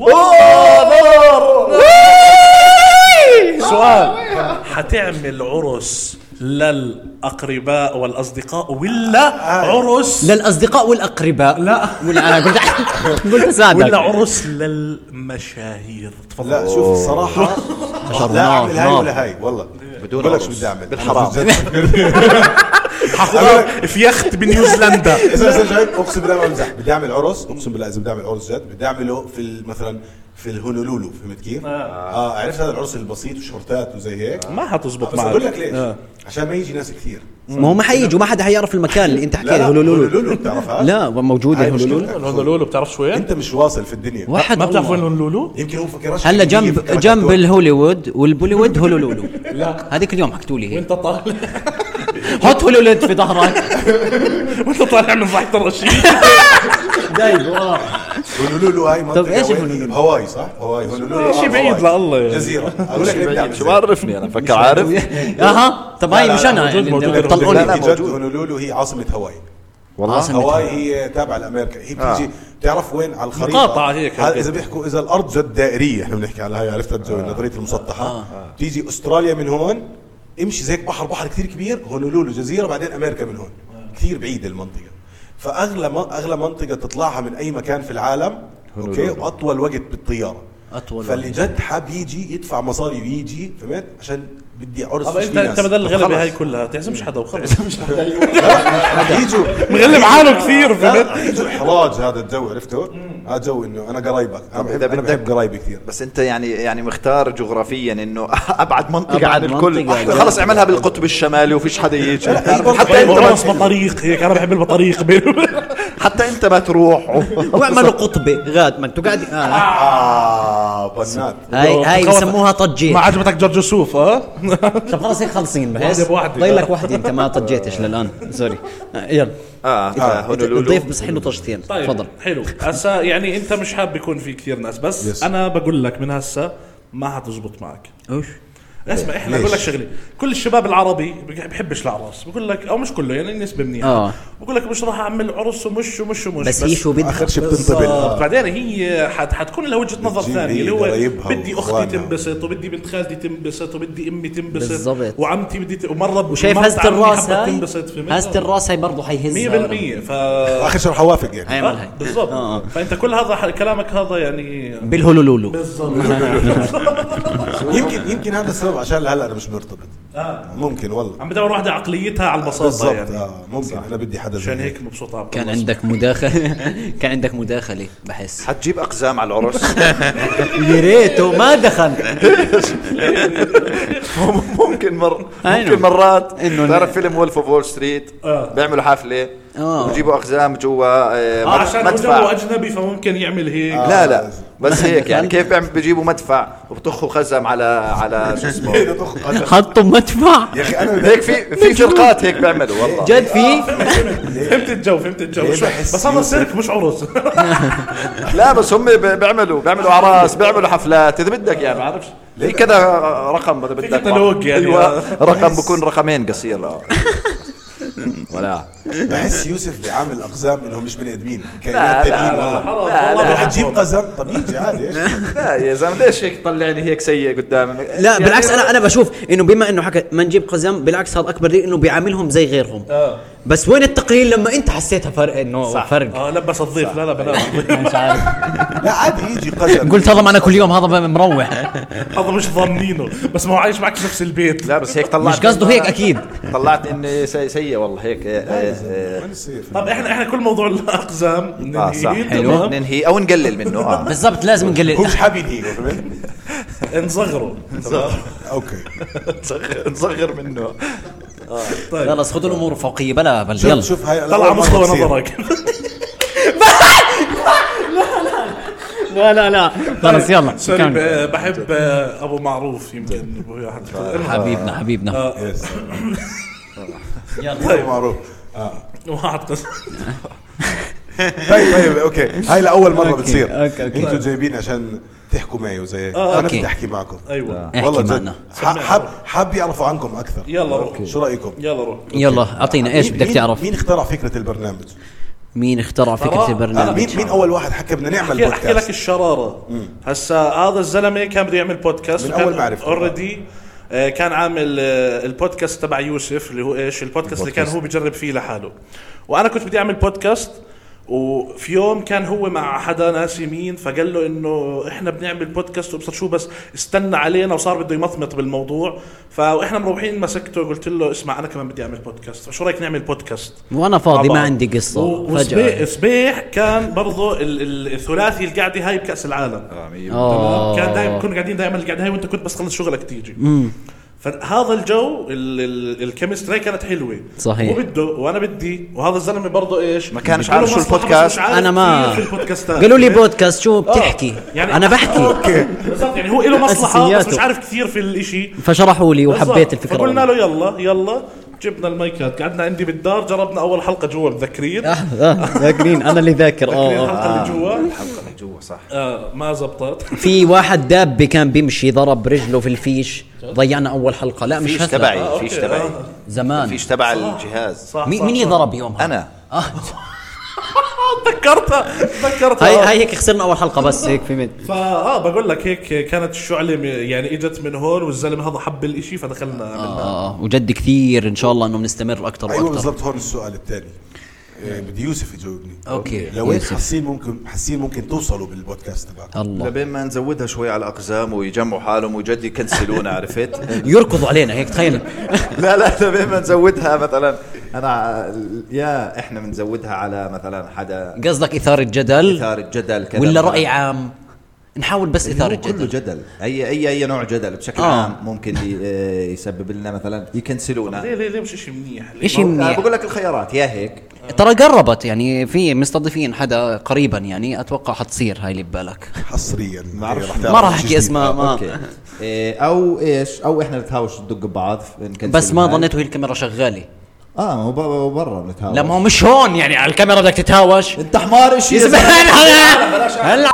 سؤال حتعمل عرس للأقرباء والأصدقاء ولا عرس للأصدقاء والأقرباء لا ولا أنا قلت قلت ولا أساعدك عرس للمشاهير؟ تفضل. لا شوف الصراحه شاء لا الله، اعمل هاي نار. ولا هاي والله بدون بقول لك عرس. شو بدي اعمل بالحرام. حاخذها في يخت بنيوزيلندا. اذا اذا جاي اقسم بالله ما بمزح بدي اعمل عرس اقسم بالله اذا بدي اعمل عرس جد بدي اعمله في ال- مثلا في الهونولولو فهمت كيف؟ اه, آه عرفت هذا العرس البسيط وشورتات وزي هيك ما حتزبط بس معك. اقول لك ليش آه. عشان ما يجي ناس كثير. ما هو ما حيجوا، ما حدا حيعرف المكان اللي انت حكيت. هولولولو بتعرفها؟ لا موجود الهولولولو. الهولولولو بتعرفش وين؟ انت مش واصل في الدنيا. واحد ما بتعرف وين والله. الهولولولو؟ يمكن هو فكرش هلا جنب جنب الهوليوود والبوليوود هولولولو. لا هذيك اليوم حكتوا لي هيك. وانت طالع حط هولولود في ظهرك. وانت طالع من ضحك الرشيد. دايب والله. هونولولو هاي طب إيش منطقة الهونولولو؟ وين؟ هواي صح؟ هواي هونولولو شي بعيد لله. جزيرة. اقول لك نبدأ شو بعرفني انا فكر عارف. اها طب هاي مش انا موجود- موجود. لا طلعوني. لا جد هونولولو هي عاصمة هواي. والله عاصمة هواي هي تابعة لأمريكا. هي بتيجي بتعرف وين على الخريطة مقاطعة هيك. هذا إذا بيحكوا إذا الأرض جد دائرية إحنا بنحكي على هاي عرفت الجو نظرية المسطحة. تيجي أستراليا من هون امشي زيك بحر بحر كثير كبير هونولولو جزيرة بعدين أمريكا من هون كثير بعيد المنطقة. فأغلى أغلى منطقة تطلعها من أي مكان في العالم أوكي وأطول وقت بالطيارة. أطول فاللي جد حاب يجي يدفع مصاري ويجي فهمت عشان بدي عرس. طب انت انت بدل الغلبة هاي كلها تعزمش حدا وخلص. يجوا مغلب حاله كثير فهمت. يجوا احراج هذا الجو عرفته. هذا جو انه انا قرايبك انا بحب إذا انا بدك- بحب قرايبي كثير. بس انت يعني يعني مختار جغرافيا انه ابعد منطقه أبعد عن الكل. منطقة. خلص اعملها بالقطب الشمالي وفيش حدا يجي. برضه حتى انت راس ما بطريق هيك انا بحب البطريق. حتى انت ما تروح. واعملوا قطبه غاد ما انتوا قاعدين. آه. اه بنات هاي هاي بسموها طجيت. ما عجبتك جورج وسوف ها؟ طب خلاص هيك خلصين بحس. واحدة بواحدة. ضايل لك واحده انت ما طجيتش للان سوري. آه، يلا اه هونولولو. الضيف بس حلو طجتين. طيب تفضل. حلو هسا يعني انت مش حاب يكون في كثير ناس بس Yes. انا بقول لك من هسا ما حتزبط معك. اوش اسمع احنا ليش؟ بقول لك شغله كل الشباب العربي بحبش العراس بقول لك او مش كله يعني نسبه منيحه آه. بقول لك مش راح اعمل عرس ومش ومش ومش بس هي شو بدها؟ اخر شيء بالضبط. بتنطبل. بعدين هي حت حتكون لها وجهه نظر بتجيب ثانيه هي اللي هو قرايبها بدي اختي وإخوانها. تنبسط وبدي بنت خالتي تنبسط وبدي امي تنبسط بالضبط. وعمتي بدي ت... ومره وشايف مرت هزة عمي الراس حبت هاي تنبسط فهمت؟ هزة الراس هاي برضه مية حيهزها بالمية ف اخر شيء رح اوافق يعني. هاي مالها. بالضبط آه. فانت كل هذا ح- كلامك هذا يعني بالهولولولو. بالضبط يمكن يمكن هذا السبب عشان هلا انا مش مرتبط. آه. ممكن والله عم بدور واحدة عقليتها على البساطة بالضبط. يعني اه ممكن انا بدي حدا عشان زي هيك مبسوطة عبد كان الله. عندك مداخله كان عندك مداخله بحس. حتجيب اقزام على العرس. يا ريته ما دخل. ممكن مر أي ممكن نعم. مرات إنه- انه تعرف فيلم وولف اوف وول ستريت آه. بيعملوا حفله آه. بيجيبوا اقزام جوا آه، آه عشان هو مدفع. جوه أجنبي فممكن يعمل هيك آه. لا لا بس هيك يعني كيف بيعمل بيجيبوا مدفع وبطخوا خزم على على شو اسمه. حطوا مدفع. يا اخي انا هيك في في فرقات هيك بيعملوا والله. جد في فهمت الجو فهمت الجو ليه شو- بحس بس هذا يوسف؟ سيرك مش عرس لا بس هم بي- بيعملوا بيعملوا اعراس بيعملوا حفلات اذا بدك يعني ما بعرفش في كذا رقم اذا بدك كتالوج يعني. ايوه رقم بكون رقمين قصير آه. ولا بحس يوسف بيعامل اقزام انهم مش بني ادمين لا، كائنات لا، تانيين لا، والله. لا، لا. رح تجيب قزم طب يجي عادي ايش لا يا زلمه ليش هيك طلعني هيك سيء قدامي لا يعني بالعكس انا انا بشوف انه بما انه حكى ما نجيب قزم بالعكس هذا اكبر دليل انه بيعاملهم زي غيرهم. آه. بس وين التقليل لما انت حسيتها فرق انه صح. فرق. اه لبس الضيف لا لا بلاش مش عارف. لا عادي يجي قزم قلت هذا معنا كل يوم هذا مروح. هذا مش ضامنينه بس ما هو عايش معك في نفس البيت لا بس هيك طلعت مش قصده هيك اكيد. طلعت اني سيء سي والله هيك آه، آه، ما نصير. طب احنا احنا كل موضوع الاقزام اه صح ننهيه، حلو تمام؟ ننهي او نقلل منه اه بالضبط لازم هو نقلل. مش حابب ينهي فهمت؟ نصغره اوكي نصغر نصغر منه. طيب خلص خذوا الامور فوقيه بلا بل شوف يلا. شوف هاي طلع أول مرة مستوى تصير. نظرك لا لا لا خلص يلا سوري كمل. ب- بحب آه، ابو معروف يمكن أبو أحد. حبيبنا حبيبنا. يس يلا معروف واحد قص طيب طيب اوكي هاي لاول مره بتصير. أوكي، أوكي. انتوا جايبين عشان تحكوا معي وزي هيك. آه، انا أوكي. بدي احكي معكم ايوه والله احكي جد معنا. ح- حاب حاب يعرفوا عنكم اكثر. يلا روح شو رايكم؟ يلا روح يلا اعطينا ايش مين- بدك مين- تعرف. مين اخترع فكره البرنامج؟ مين اخترع فكره ترى- آه البرنامج؟ مين مين اول واحد حكى بدنا نعمل احكي احكي لك بودكاست؟ الشراره هسا هذا الزلمه كان بده يعمل بودكاست من أول ما عرفته. اوريدي كان عامل آه، البودكاست تبع يوسف اللي هو ايش البودكاست اللي كان هو بيجرب فيه لحاله وانا كنت بدي اعمل بودكاست وفي يوم كان هو مع حدا ناسي مين فقال له انه احنا بنعمل بودكاست وابصر شو بس استنى علينا وصار بده يمطمط بالموضوع فاحنا مروحين مسكته قلت له اسمع انا كمان بدي اعمل بودكاست شو رايك نعمل بودكاست وانا فاضي مع ما بعض. عندي قصه وصبيح فجاه. صبيح كان برضه ال- ال- الثلاثي القعده هاي بكاس العالم اه كان دائما كنا قاعدين دائما القعده هاي وانت كنت بس خلص شغلك تيجي فهذا الجو الكيمستري كانت حلوه صحيح. هو بده وانا بدي وهذا الزلمه برضه ايش ما كانش عارف شو البودكاست. انا ما قالوا لي بودكاست شو بتحكي يعني انا بحكي اوكي بالضبط يعني هو له مصلحه بس مش عارف كثير في الاشي فشرحوا لي وحبيت الفكره فقلنا له يلا يلا جبنا المايكات قعدنا عندي بالدار جربنا اول حلقه جوا مذكرين اه اه ذاكرين انا اللي ذاكر اه الحلقه اللي جوا الحلقه اللي جوا صح آه ما زبطت في واحد دابه كان بيمشي ضرب رجله في الفيش ضيعنا اول حلقه لا مش فيش هسه تبعي آه فيش تبعي زمان فيش تبع الجهاز مين مين يضرب يومها انا اه تذكرتها تذكرتها هاي هاي هيك خسرنا اول حلقه بس هيك فهمت فاه بقول لك هيك كانت الشعله يعني اجت من هون والزلمه هذا حب الاشي فدخلنا عملنا اه اه وجد كثير ان شاء الله انه بنستمر اكثر ايوه واكثر بالضبط. هون السؤال الثاني بدي يوسف يجاوبني. اوكي لو انت حاسين ممكن حاسين ممكن توصلوا بالبودكاست تبعكم الله لبين ما نزودها شوي على الاقزام ويجمعوا حالهم وجد يكنسلونا عرفت يركضوا علينا هيك تخيل لا لا لبين ما نزودها مثلا انا يا احنا بنزودها على مثلا حدا قصدك اثاره جدل اثار الجدل كذا ولا راي عام نحاول بس اثاره كله جدل جدل اي اي اي نوع جدل بشكل آه. عام ممكن يسبب لنا مثلا يكنسلونا ليه ليه ليه مش شيء منيح شيء منيح بقول لك الخيارات يا هيك ترى قربت يعني في مستضيفين حدا قريبا يعني اتوقع حتصير هاي اللي ببالك حصريا ما ما راح احكي اسمها ما اوكي إيه او ايش او احنا نتهاوش ندق ببعض بس ما ظنيته هي الكاميرا شغاله اه ما هو برا بنتهاوش لا ما هو مش هون يعني على الكاميرا بدك تتهاوش انت حمار شيء هلا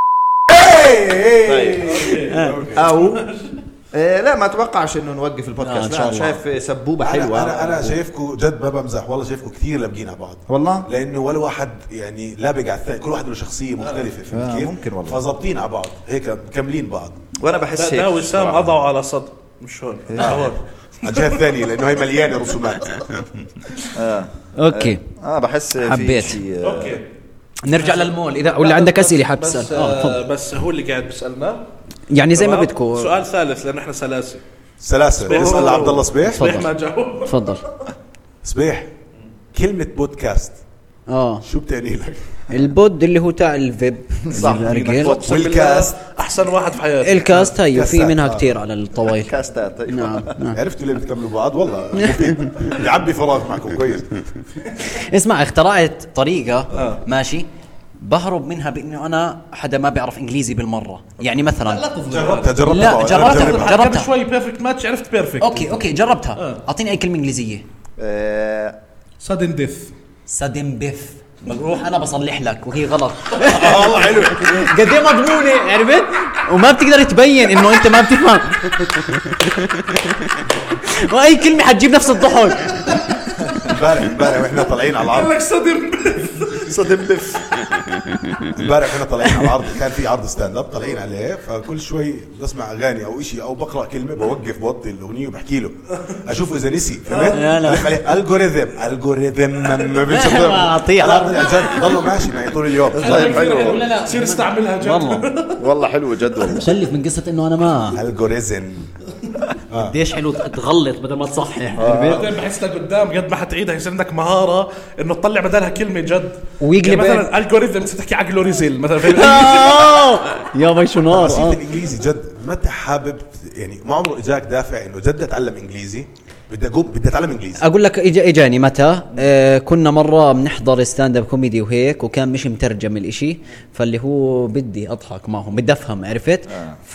او إيه لا ما اتوقعش انه نوقف البودكاست آه لا شايف سبوبه حلوه انا انا, أنا شايفكم جد ما بمزح والله شايفكم كثير لابقين على بعض والله لانه ولا واحد يعني لابق على الثاني كل واحد له شخصيه مختلفه فهمت آه كيف ممكن والله فظابطين على بعض هيك مكملين بعض وانا بحس هيك ده وسام اضعوا على صدر مش هون هون على الجهه الثانيه لانه هي مليانه رسومات اه اوكي اه بحس حبيت. في اوكي نرجع للمول اذا ولا عندك اسئله حاب بس تسال اه آه بس هو اللي قاعد بيسالنا يعني زي ما تمام؟ بدكم سؤال ثالث لانه احنا سلاسه سلاسه نسال عبد الله صبيح صبيح ما جاوب تفضل صبيح كلمه بودكاست اه شو بتعني لك البود اللي هو تاع الفيب صح. الأرجل. والكاست احسن واحد في حياتي الكاست هي في كاسات. منها آه. كتير على الطويل كاستات أيوة. نعم نعم عرفتوا ليه بتكملوا بعض والله مفيد. بيعبي فراغ معكم كويس اسمع اخترعت طريقة آه. ماشي بهرب منها بانه انا حدا ما بيعرف انجليزي بالمره يعني مثلا جربتها جربتها لا، بعض. جربتها. جربها. جربتها. قبل شوي بيرفكت ماتش عرفت بيرفكت اوكي اوكي جربتها اعطيني اي كلمه انجليزيه آه، سادن ديث سدم بيف بروح انا بصلح لك وهي غلط والله حلو قد ايه مضمونه عرفت وما بتقدر تبين انه انت ما بتفهم واي كلمه حتجيب نفس الضحك امبارح امبارح واحنا طالعين على العرض لك صدم صدم بف امبارح واحنا طالعين على العرض كان في عرض ستاند اب طالعين عليه فكل شوي بسمع اغاني او شيء او بقرا كلمه بوقف بوطي الاغنيه وبحكي له اشوفه اذا نسي فهمت لا، لا. عليه الجوريثم الجوريثم ما بيمشي أعطيه لا جد ضله ماشي معي طول اليوم طيب حلو لا لا تصير استعملها جد والله والله حلو جد والله شلف من قصه انه انا ما الجوريثم قديش حلو تغلط بدل ما تصحح بعدين بحس لك قدام قد ما حتعيدها يصير عندك مهاره انه تطلع بدلها كلمه جد ويقلب يعني مثلا الجوريثم تحكي عجلوريزل مثلا فاهم يا باي شو نار نسيت آه. الانجليزي جد متى حابب يعني ما عمره اجاك دافع انه جد اتعلم انجليزي بدي اقوم بدي اتعلم انجليزي اقول لك إجا اجاني متى آه كنا مره بنحضر ستاند اب كوميدي وهيك وكان مش مترجم الاشي فاللي هو بدي اضحك معهم بدي افهم عرفت آه. ف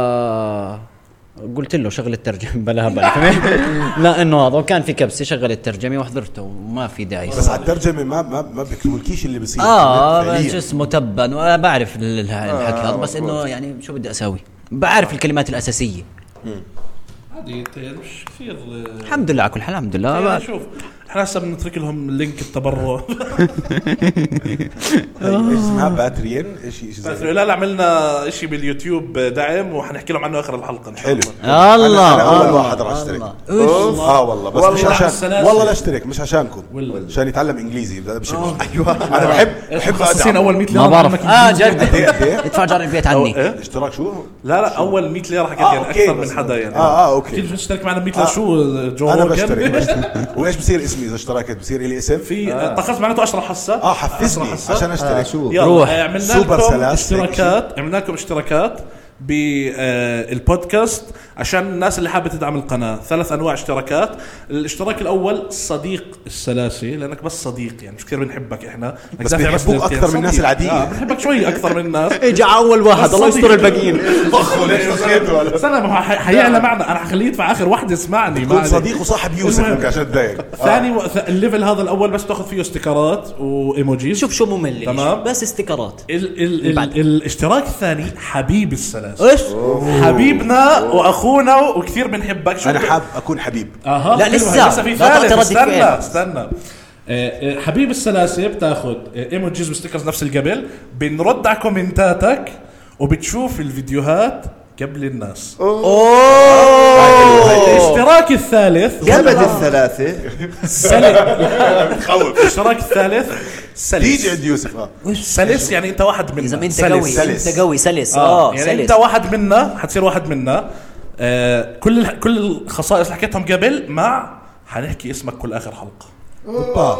قلت له شغل الترجمه بلا هبل لا انه هذا وكان في كبسه شغل الترجمه وحضرته وما في داعي بس على الترجمه ما ما ما بيكتبولكيش اللي بيصير اه فعلياً. شو اسمه تبا وانا بعرف ال- الحكي هذا بس انه يعني شو بدي اسوي بعرف الكلمات الاساسيه عادي مش كثير الحمد لله على كل حال الحمد لله يعني شوف احنا هسه بنترك لهم لينك التبرع ايش اسمها باتريان ايش ايش زي لا لا عملنا اشي باليوتيوب دعم وحنحكي لهم عنه اخر الحلقه إن شاء حلو الله. الله أنا اول الله، واحد راح اشترك الله. اه والله بس والله مش على عشان السلاسل. والله لا اشترك مش عشانكم والله. عشان يتعلم انجليزي ده مش ايوه انا بحب بحب مخصصين ادعم اول مية ما ليره بعرف عنك اه إنجليزي. جد قد ايه قد ايه ادفع جار البيت عني إيه؟ الاشتراك شو لا لا اول مية ليره حكيت آه، يعني أوكي، اكثر من بس- حدا يعني اه اه اوكي كيف تشترك معنا مية ليره شو جو انا روجن؟ بشترك بشترك. وايش بصير اسمي اذا اشتركت بصير لي اسم في اتخذت معناته اشرح هسه اه حفزني أسرع عشان اشترك شو يلا روح. آه، عملنا سوبر لكم سلاسل. اشتراكات عملنا لكم اشتراكات بالبودكاست عشان الناس اللي حابة تدعم القناة ثلاث أنواع اشتراكات. الاشتراك الأول صديق السلاسي، لأنك بس صديق يعني مش كثير بنحبك إحنا، بس بيحبوك أكثر من الناس العادية. آه بنحبك شوي أكثر من الناس. إجا أول واحد الله يستر الباقيين. استنى ما حيعلى معنا، أنا حخليه يدفع آخر واحد يسمعني. كل صديق وصاحب يوسف عشان تضايق. ثاني و... الليفل هذا الأول بس تأخذ فيه استيكرات وإيموجيز. شوف شو ممل. تمام بس استيكرات. ال... ال... ال... الاشتراك الثاني حبيب السلاسل. إيش؟ حبيبنا وأخونا وكثير بنحبك. أنا حاب أكون حبيب. أها. لا لسه. لسه في ثالث. استنى استنى. حبيب السلاسل بتاخذ ايموجيز وستيكرز نفس القبل، بنرد على كومنتاتك وبتشوف الفيديوهات قبل الناس. اوه الاشتراك الثالث كبد الثلاثة سلس. الاشتراك الثالث سلس. تيجي عند يوسف. اه سلس يعني انت واحد منا. اذا انت قوي سلس. انت قوي سلس. اه اه يعني سلس. انت واحد منا حتصير واحد منا. آه كل كل الخصائص اللي حكيتهم قبل مع حنحكي اسمك كل اخر حلقة. اوبا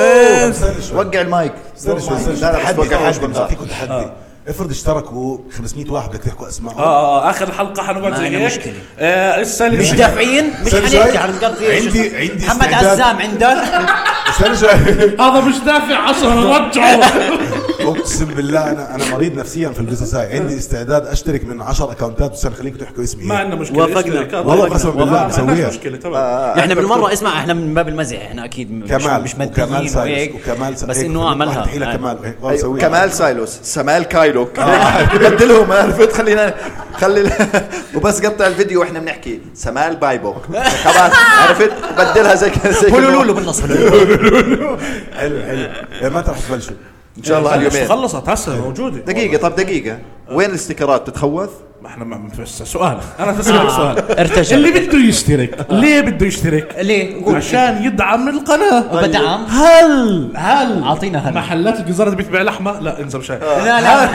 وقع المايك. استنى شوي استنى شوي. تحدي تحدي فيكم تحدي. افرض اشتركوا خمسمية واحد بدك تحكوا اسماء. اه اه اخر الحلقه حنقعد زي هيك. مشكله. آه السلس مش دافعين مش حنحكي عن قضيه. عندي عندي محمد عزام عندك. استنى شوي. هذا مش دافع عشرة رجعه. اقسم بالله انا انا مريض نفسيا في القصص هاي. عندي استعداد اشترك من عشر اكونتات بس خليكم تحكوا اسمي. ما عندنا مشكله. وافقنا. والله قسما بالله بسويها. مشكله تمام. احنا بالمره اسمع احنا من باب المزح احنا اكيد كمال مش وكمال سايلوس وهيك وكمال بس انه اعملها كمال كمال سايلوس سمال كايلو بدلهم عرفت. خلينا خلي وبس قطع الفيديو واحنا بنحكي سمال بايبوك كمان عرفت. بدلها زي كذا هلولولو بالنص. حلو حلو. ما راح تبلشوا ان شاء الله اليومين. خلصت هسه موجوده. دقيقة طب دقيقة وين الاستيكرات تتخوث؟ ما احنا ما بس سؤال انا بسألك سؤال. ارتجل. اللي بده يشترك ليه بده يشترك؟ ليه؟ عشان يدعم القناة. وبدعم. هل هل اعطينا هل محلات الجزارة اللي بتبيع لحمة لا انزل شاي. لا لا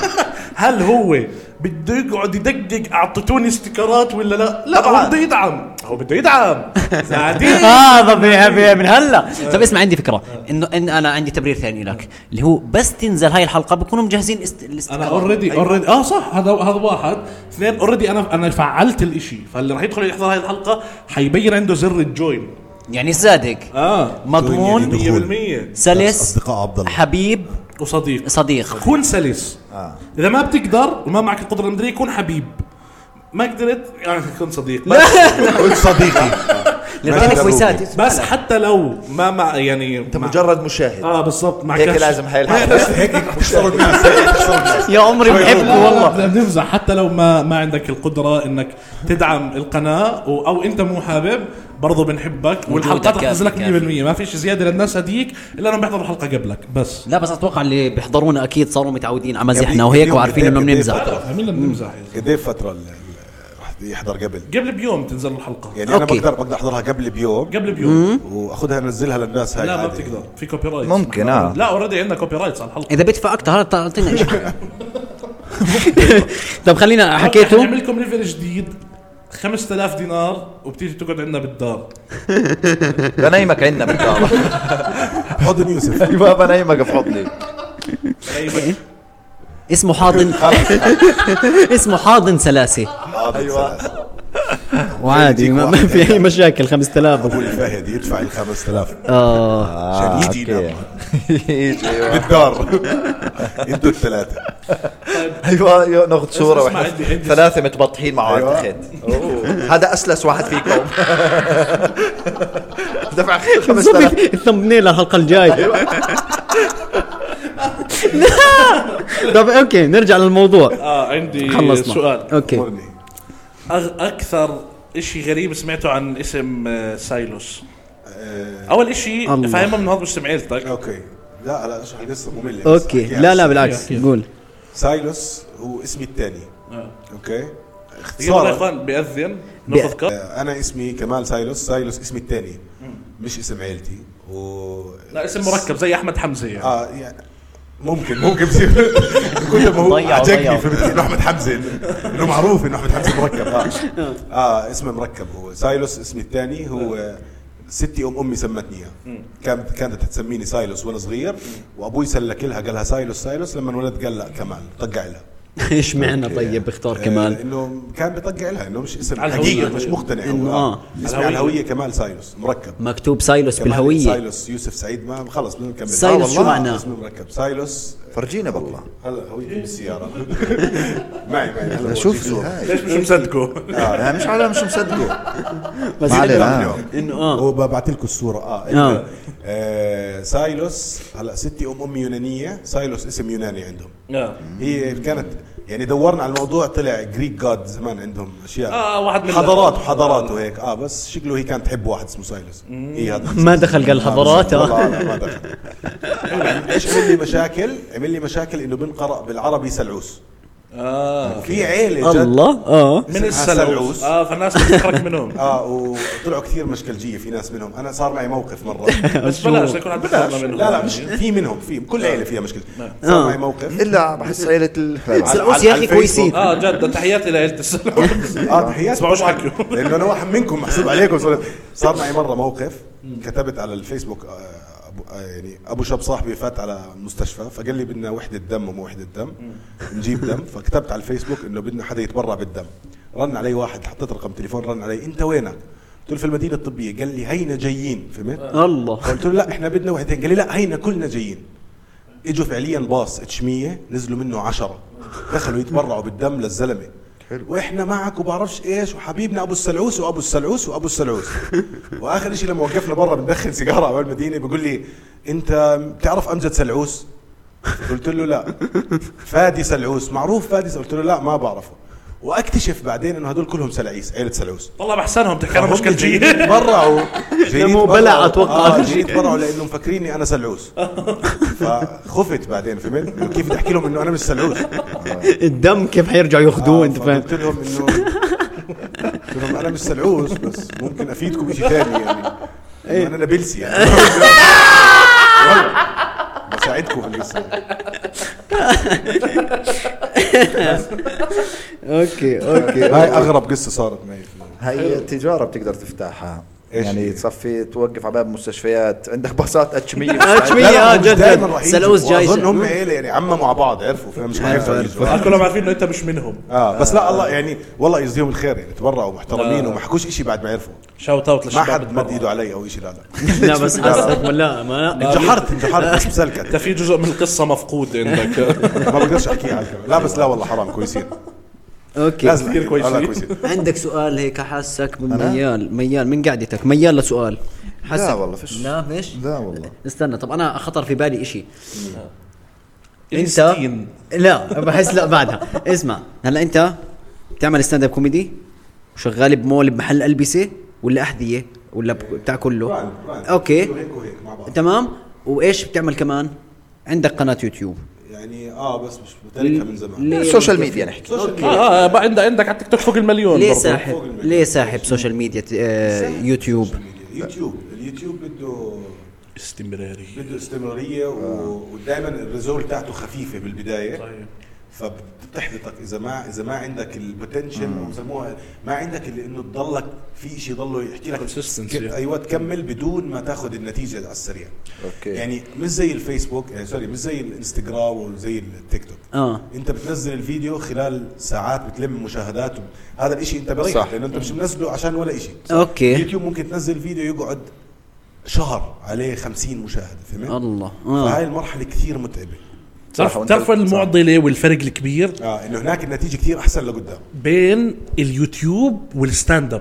هل هو بده يقعد يدقق اعطيتوني استيكرات ولا لا؟ لا طبعاً. هو بده يدعم. هو بده يدعم. سعدين. هذا بيها من هلا. طب اسمع عندي فكره انه إن انا عندي تبرير ثاني لك اللي هو بس تنزل هاي الحلقه بيكونوا مجهزين است... انا اوريدي اوريدي اه صح. هذا هذا واحد. اثنين اوريدي انا انا فعلت الاشي، فاللي راح يدخل يحضر هاي الحلقه حيبين عنده زر الجوين. يعني صادق اه مضمون مية بالمية. سلس اصدقاء عبد الله حبيب وصديق صديق. كون سلس. آه. اذا ما بتقدر وما معك القدره المدريه كون حبيب. ما قدرت يعني كون صديق بس. قلت صديقي لك كويسات بس حتى لو ما مع يعني انت مجرد مشاهد. اه بالضبط مع هيك كش. لازم هاي الحلقة. هيك تخسروا الناس هيك تخسروا الناس. يا عمري بحبكم والله. بدنا نمزح. حتى لو ما ما عندك القدره انك تدعم القناه او, أو انت مو حابب برضو بنحبك. والحلقات رح تنزلك مية بالمية. ما فيش زياده للناس هديك الا انهم بيحضروا الحلقه قبلك بس. لا بس اتوقع اللي بيحضرونا اكيد صاروا متعودين على مزحنا وهيك وعارفين انه بنمزح. عملنا بنمزح. قد ايه فتره يحضر قبل قبل بيوم تنزل الحلقه. يعني انا أوكي. بقدر بقدر احضرها قبل بيوم قبل بيوم واخذها انزلها للناس هاي لا ما عادي. بتقدر في كوبي رايت. ممكن اه لا اوريدي عندنا كوبي رايتس على الحلقه. اذا بدفع اكثر هلا تعطينا ايش. طب خلينا حكيته نعمل لكم ليفل جديد خمسة آلاف دينار وبتيجي تقعد عندنا بالدار. بنايمك عندنا بالدار. حضن يوسف ما بنايمك في حضني. اسمه حاضن. اسمه حاضن سلاسي. ايوه وعادي ما, ما في اي مشاكل. خمسة آلاف ابو الفهد يدفع ال خمسة آلاف اه عشان يجي أوكي. ينام يجي بالدار. انتوا الثلاثه ايوه يو- ناخذ صوره اسمع، واحنا عندي- عندي- ثلاثه متبطحين مع بعض أيوة. الخيط. هذا اسلس واحد فيكم. دفع خمسة آلاف. الثمبنيل الحلقه الجايه. طب اوكي نرجع للموضوع. اه عندي خلصنا سؤال. اوكي مرني. أغ اكثر اشي غريب سمعته عن اسم آه، سايلوس. آه، اول اشي الله. فاهمه من هذا مش سمعتك. اوكي لا لا اشرح القصه ممله بس اوكي أحكيها لا بس. لا بالعكس كيف؟ قول. سايلوس هو اسمي الثاني آه. اوكي يلا يا اختصارا اخوان بيأذن ناخذ كات. آه، انا اسمي كمال سايلوس. سايلوس اسمي الثاني مش اسم عيلتي و لا اسم مركب زي احمد حمزه يعني. اه يعني ممكن ممكن بصير كل ما هو ضيعوا- عجبني ضيعوا. فهمت انه احمد حمزه انه معروف انه احمد حمزه مركب اه اه اسمه مركب. هو سايلوس اسمي الثاني هو ستي ام امي سمتني اياه. كانت كانت تسميني سايلوس وانا صغير وابوي سلك لها قال لها سايلوس سايلوس. لما انولدت قال لا كمال طقع لها. ايش معنى طيب اختار كمال؟ آه انه كان بيطقع لها انه مش اسم على حقيقي، الهوية. مش مقتنع إنه هو. آه. اسمه على الهويه كمال سايلوس مركب، مكتوب سايلوس كمال بالهويه. سايلوس يوسف سعيد، ما خلص بدنا نكمل. سايلوس آه شو معناه؟ اسمه مركب سايلوس. فرجينا بالله. هلا هويتي بالسياره. معي معي هلا شوف بورجيك. هاي ليش مش مصدقه؟ آه مش على مش مصدقه. بس ما علينا. آه. انه اه هو ببعث لكم الصوره اه, آه. آه سايلوس هلا ستي ام امي يونانيه، سايلوس اسم يوناني عندهم. آه. هي كانت يعني دورنا على الموضوع طلع جريك جاد زمان عندهم اشياء آه، واحد من حضارات ال- وحضارات وهيك اه بس شكله هي كانت تحب واحد اسمه سايلوس. هي هذا ما دخل قال حضارات. والله لا ما دخل. ايش عمل لي مشاكل؟ عمل لي مشاكل انه بنقرأ بالعربي سلعوس. اه في عيله جد الله اه من اسمها السلعوس. سلعوس. اه فالناس بتتحرك منهم. اه وطلعوا كثير مشكلجيه في ناس منهم. انا صار معي موقف مره. بس بلاش يكون عم بتخلنا منهم. لا لا مش في منهم، في كل عيله فيها مشكله. صار معي موقف الا بحس عيله ال سلعوس يا اخي كويسين. اه جد تحياتي لعيلة السلعوس. اه تحياتي اسمعوش طبعاً، حكيوا. لانه انا واحد منكم محسوب عليكم. صار- صار معي مره موقف، كتبت على الفيسبوك آه، أبو آه، يعني ابو شاب صاحبي فات على المستشفى فقال لي بدنا وحده دم ومو وحده دم نجيب دم، فكتبت على الفيسبوك انه بدنا حدا يتبرع بالدم. رن علي واحد، حطيت رقم تليفون، رن علي انت وينك؟ قلت له في المدينه الطبيه. قال لي هينا جايين، فهمت؟ الله قلت له لا احنا بدنا وحدتين. قال لي لا هينا كلنا جايين. اجوا فعليا باص اتش مية نزلوا منه عشرة دخلوا يتبرعوا بالدم للزلمه. واحنا معك وبعرفش ايش وحبيبنا ابو السلعوس وابو السلعوس وابو السلعوس. واخر شيء لما وقفنا برا بندخل سيجاره على المدينه بيقول لي انت بتعرف امجد سلعوس؟ قلت له لا. فادي سلعوس معروف فادي سلعوس. قلت له لا ما بعرفه. واكتشف بعدين انه هدول كلهم سلعيس، عيله سلعوس. والله بحسنهم تحكي انا هم مشكلة جايين جيه. يتبرعوا، جايين مو يتبرعوا. بلع أتوقع. اه جايين يتبرعوا لانهم مفكريني انا سلعوس. فخفت بعدين، فهمت؟ إنه كيف بدي احكي لهم انه انا مش سلعوس. الدم كيف حيرجعوا ياخذوه انت فاهم؟ قلت لهم انه قلت لهم انا مش سلعوس بس ممكن افيدكم بشيء ثاني يعني. إنه انا نابلسي يعني. بساعدكم في القصه. اوكي اوكي هاي اغرب قصه صارت معي. هي تجاره بتقدر تفتحها. إيش يعني هي؟ تصفي توقف على باب مستشفيات، عندك باصات اتش مية. اتش مية. لا، لا، آه، مش جد دايماً جد. راح يجوا. سلعوس جاي. اظن هم عيله يعني عمه مع بعض عرفوا، فمش حيرجعوا يجوا. آه، كلهم عارفين انه انت مش منهم. اه بس لا الله يعني والله يجزيهم الخير يعني تبرعوا محترمين آه. وما حكوش شيء بعد ما عرفوا. شاوت اوت ما للشباب حد مد بتبرع. ايده علي او شيء. لا لا لا بس حسك لا ما انجحرت انجحرت بس مسلكت. انت في جزء من القصة مفقود عندك. ما بقدرش احكيها على الكاميرا. لا بس لا والله حرام كويسين. اوكي لازم كثير أحكي. كويسين. آه، لا كويسين. عندك سؤال هيك حاسك ميال ميال من قعدتك ميال لسؤال حاسك. لا والله فيش. لا فيش لا والله. استنى طب انا خطر في بالي اشي. انت إنستين. لا بحس لا بعدها اسمع هلا انت بتعمل ستاند اب كوميدي وشغال بمول بمحل البسه ولا احذيه ولا بتاع كله براند، براند. اوكي هيك وهيك مع بعض. تمام وايش بتعمل كمان عندك قناه يوتيوب يعني اه بس مش بتركها من زمان. ليه؟ السوشيال ميديا نحكي. سوشيال ميديا. اه اه عندك عندك على تيك توك فوق المليون ليه برضو. ساحب فوق المليون. ليه ساحب سوشيال ميديا آه يوتيوب سوشيال ميديا. يوتيوب اليوتيوب بده استمراري. بده استمراريه و... ودائما الريزولت تاعته خفيفه بالبدايه. طيب. فبتحبطك اذا ما اذا ما عندك البوتنشل او بسموها ما عندك اللي انه تضلك في شيء ضله يحكي لك Consistency. ك- ايوه تكمل بدون ما تاخذ النتيجه على السريع. اوكي. يعني مش زي الفيسبوك يعني سوري مش زي الانستغرام وزي التيك توك. اه انت بتنزل الفيديو خلال ساعات بتلم مشاهدات و... هذا الاشي انت بريح صح. لانه انت مش منزله عشان ولا اشي. اوكي اليوتيوب ممكن تنزل فيديو يقعد شهر عليه خمسين مشاهده، فهمت؟ الله فهاي اه المرحله كثير متعبه. صح، تعرف وانت- تعرف المعضلة والفرق الكبير اه انه هناك النتيجه كثير احسن لقدام بين اليوتيوب والستاند اب.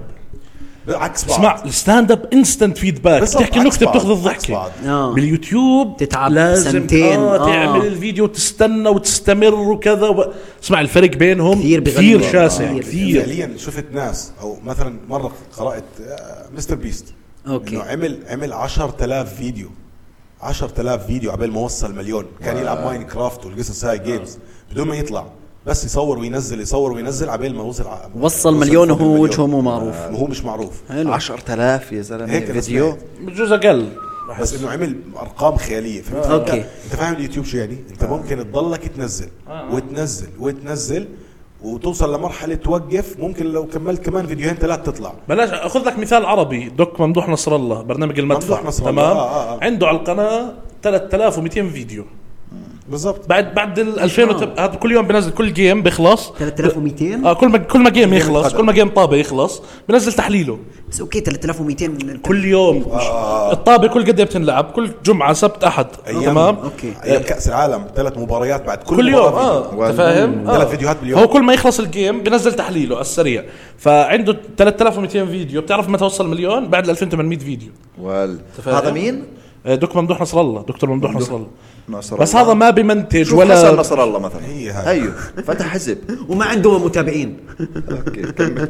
عكس بعض. اسمع الستاند اب انستنت فيدباك، بالضبط، تحكي عكس نكته بعض، بتاخذ عكس الضحكه. بعض. آه. باليوتيوب تتعب لازم سنتين. آه آه. تعمل الفيديو وتستنى وتستمر وكذا و... اسمع الفرق بينهم كثير كثير, بغلب. شاسع آه. كثير. فعليا شفت ناس او مثلا مره قرات آه، مستر بيست أوكي. انه عمل عمل عشرة آلاف فيديو عشرة آلاف فيديو قبل ما وصل مليون. كان يلعب ماين كرافت والقصص هاي جيمز بدون ما يطلع بس يصور وينزل يصور وينزل عبال ما وصل ع- وصل مليون فوق وهو المليون. وجهه مو معروف. وهو مش معروف. حلو عشرة آلاف يا زلمه هيك أنا فيديو. سمعت. بجوز اقل. بس انه عمل ارقام خياليه، فهمت؟ أوكي. انت, انت فاهم اليوتيوب شو يعني؟ انت ممكن تضلك تنزل وتنزل وتنزل وتوصل لمرحله توقف. ممكن لو كملت كمان فيديوهين ثلاث تطلع. بلاش اخذ لك مثال عربي. دوك ممدوح نصر الله برنامج المدفع ممدوح نصر الله. تمام آه، آه، آه. عنده على القناه ثلاثة آلاف ومئتين فيديو بالضبط. بعد بعد ال ألفين وت... هذا كل يوم بنزل كل جيم بيخلص ثلاثة آلاف ومئتين اه كل ما كل ما جيم يخلص كل ما جيم طابه يخلص بنزل تحليله بس اوكي ثلاثة آلاف ومئتين كل يوم. آه. الطابه كل قد ايه بتنلعب؟ كل جمعه سبت احد. تمام اوكي. ايام كاس العالم ثلاث مباريات بعد كل, كل يوم اه انت فاهم ثلاث آه. فيديوهات باليوم. هو كل ما يخلص الجيم بنزل تحليله على السريع فعنده ثلاثة آلاف ومئتين فيديو. بتعرف متى توصل مليون؟ بعد ألفين وثمانمئة فيديو. وال... هذا مين؟ دكتور ممدوح نصر الله. دكتور ممدوح نصر الله نصر بس الله. هذا ما بمنتج ولا ولا نصر الله مثلا. هي هاي. ايوه فتح حزب وما عنده متابعين. اوكي كمل.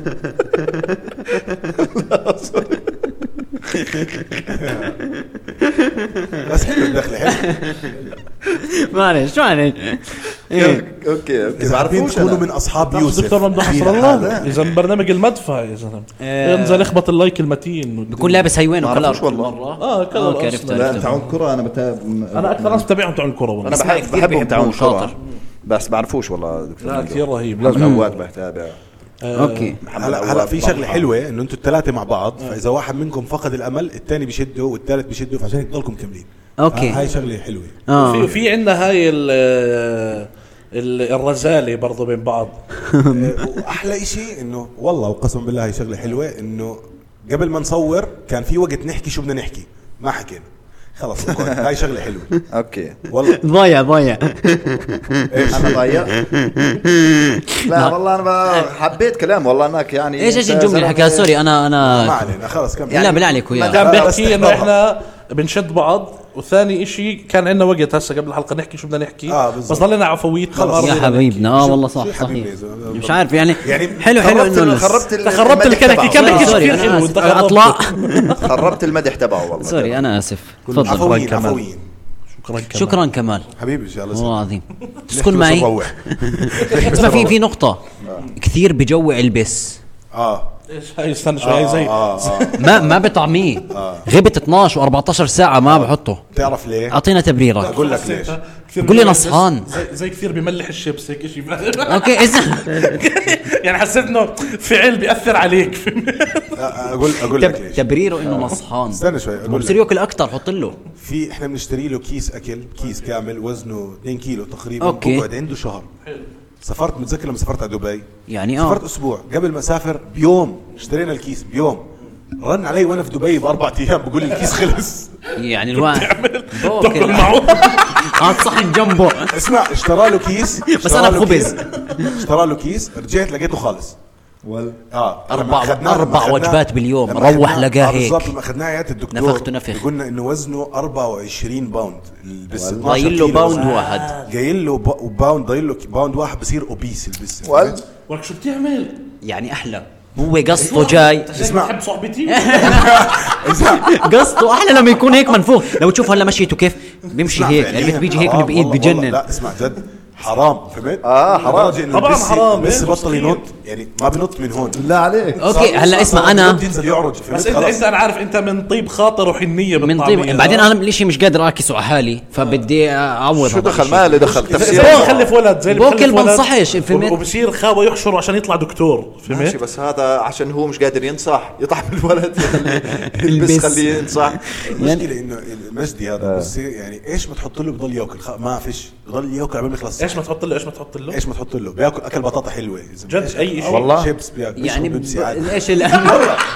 بس حلو الدخل حلو. معلش معلش. اوكي اوكي اذا عارفين تكونوا من اصحاب يوسف دكتور ممدوح نصر الله اذا من برنامج المدفع يا زلمه انزل اخبط اللايك المتين بيكون لابس هيوين ما وكلر أعرفوش والله. اه كلر اوكي أصلاً. عرفت لا عرفت. تاعون كرة انا بتابع. انا اكثر ناس بتابعهم تاعون الكره والله. انا اسمع، بحب كثير بحبهم بيحبوه، تاعون شاطر. كرة بس بعرفوش والله دكتور لا ممدوح. كثير رهيب لازم لازم اوقات بتابع. اوكي. هلا هلا في شغله حلوه انه انتم الثلاثه مع بعض فاذا واحد منكم فقد الامل الثاني بيشده والثالث بيشده فعشان هيك تضلكم كاملين. اوكي. هاي شغله حلوه. اه في في عندنا هاي ال ال- الرزاله برضو بين بعض. واحلى إشي انه والله وقسم بالله هي شغله حلوه انه قبل ما نصور كان في وقت نحكي شو بدنا نحكي ما حكينا خلص. هاي شغله حلوه اوكي والله. ضايع ضايع. انا ضايع. لا والله انا حبيت كلام والله انك يعني ايش ايش أنت الجمله اللي حكاها؟ زلمة- سوري انا ما انا علينا خلص كمل. لا بالله عليك ما وياه. دام- كان لا، بيحكي انه بس احنا بنشد بعض وثاني اشي كان عندنا وقت هسه قبل الحلقه نحكي شو بدنا نحكي. آه، بالضبط. بس ضلنا عفويتنا خلص. ما يا رضينا نحكي. حبيبنا اه والله صح شو صحيح. حبيبنا يا زلمة؟ مش عارف يعني يعني حلو حلو خربت انه ال- خربت ال- تخربت المدح الكنكه تبعه. كم بحكي سوري كثير انا حلو اسف انت خربت. اطلع. خربت المدح تبعه والله. سوري انا اسف. تفضل. عفويين كمان. عفويين شكرا كمان. شكرا كمال حبيبي ان شاء الله. والله العظيم تسكن معي. اسمع في في نقطة كثير بجوع البس اه ايش هاي استنى شوي هاي زي اه اه ما ما بطعميه غبت اثناشر و14 ساعة ما بحطه. بتعرف ليه؟ اعطينا تبريرة. اقول لك ليش. كثير قول لي بملح نصحان. الشيبس. زي, زي كثير بملح الشيبس هيك شيء. اوكي اذا يعني حسيت انه فعل بيأثر عليك. اقول اقول لك ليش. تبريره انه نصحان. استنى شوي اقول بصير لك. ياكل اكثر حط له. في احنا بنشتري له كيس اكل كيس كامل وزنه اثنين كيلو تقريبا. أوكي. بقعد عنده شهر. سافرت متذكر لما سافرت على دبي يعني اه سافرت اسبوع قبل ما اسافر بيوم اشترينا الكيس بيوم رن علي وانا في دبي باربع ايام بقول لي الكيس خلص. يعني الواحد تاكل معه. هات صحن جنبه. اسمع اشترى له كيس بس اشترى أنا له بخبز. كيس- اشترى له كيس رجعت لقيته خالص. وال اه أربع لما أخذناه- أربع لما أخذناه- وجبات باليوم لما روح أخذناه- لقاه آه هيك. بالضبط لما اخذناه عيادة الدكتور نفخته نفخ. قلنا انه وزنه أربعة وعشرين باوند البس اثناشر ضايل له كيلو باوند وزن. واحد. جاي له با- باوند ضايل له باوند واحد بصير اوبيس البس. وال ولك شو بتعمل؟ يعني احلى هو قصته جاي. اسمع بحب صحبتي. قصته احلى لما يكون هيك منفوخ. لو تشوف هلا مشيته كيف بيمشي هيك عرفت بيجي هيك من بعيد بجنن. لا اسمع جد حرام فهمت؟ آه، حرام. لدرجة إنه طبعاً البس- حرام، بس إيه، بطل مستحيل. ينط يعني ما بنط من هون. لا عليك. اوكي هلا اسمع صار انا بنط ينزل يعرج فهمت؟ بس انت خلاص. انت انا عارف انت من طيب خاطر وحنيه من بالطعمية. طيب بعدين انا الاشي مش قادر اعكسه على حالي فبدي اعوض. شو هذا دخل الشيء. ما له دخل زي تفسير. اللي بخلف ولد زي اللي بوكل بخلف ولد بنصحش، فهمت؟ وبصير خاوه يحشره عشان يطلع دكتور ماشي فهمت؟ بس هذا عشان هو مش قادر ينصح يطعم الولد يلبس يلبس. خليه ينصح. المشكلة انه المجدي هذا بس يعني ايش ما تحط له بضل ياكل خ- ما فيش بضل ياكل قبل ما يخلص. ايش ما تحط له ايش ما تحط له؟ ايش ما تحط له بياكل اكل بطاطا حلوه يا زلمة. جد إيش- أي شيء. أو والله. شيبس بياكل يعني يعني بيبسي عادي. ايش الأهم؟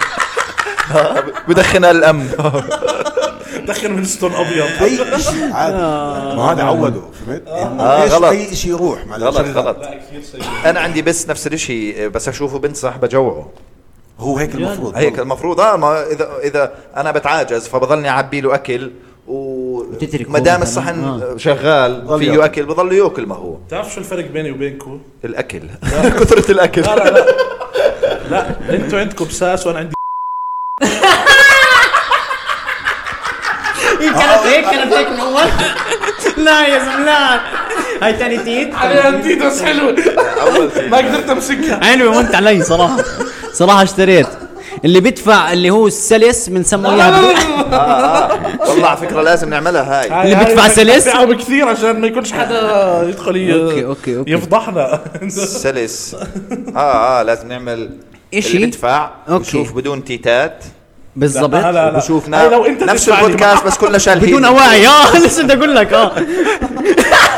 بدخنها الامن. دخل من ستون ابيض. اي شيء عادي ما هذا عوده فهمت؟ آه، ايش غلط. اي شيء يروح مع غلط الشغلات. غلط. انا عندي بس نفس الشيء بس اشوفه بنصح بجوعه. هو هيك المفروض هيك المفروض اه ما اذا اذا انا بتعاجز فبضلني اعبي له اكل وتتركه وما دام مثلاً. الصحن آه. شغال بضل فيه ياكل. اكل بضل ياكل ما هو بتعرف شو الفرق بيني وبينكم؟ الاكل كثرة الاكل. لا لا لا لا انتوا عندكم بساس وانا عندي كانت هيك كانت هيك من اول. لا يا زلمه لا هاي تاني تيت عليها انتيدوس حلوه اول شيء ما قدرت امسكها. حلوه وانت علي صراحه صراحه اشتريت اللي بدفع اللي هو السلس من سموه اياها. والله على فكرة لازم نعملها هاي. اللي بدفع سلس؟ بدفعه بكثير عشان ما يكونش حدا يدخل ي- أوكي، أوكي، أوكي. يفضحنا. سلس اه اه لازم نعمل إشي؟ اللي بدفع أوكي. نشوف بدون تيتات بالضبط لا، لا، لا. وبشوفنا هاي لو أنت نفس تدفع لي البودكاست بس كلنا شالهين بدون اواعي اه لسه بدي اقول لك اه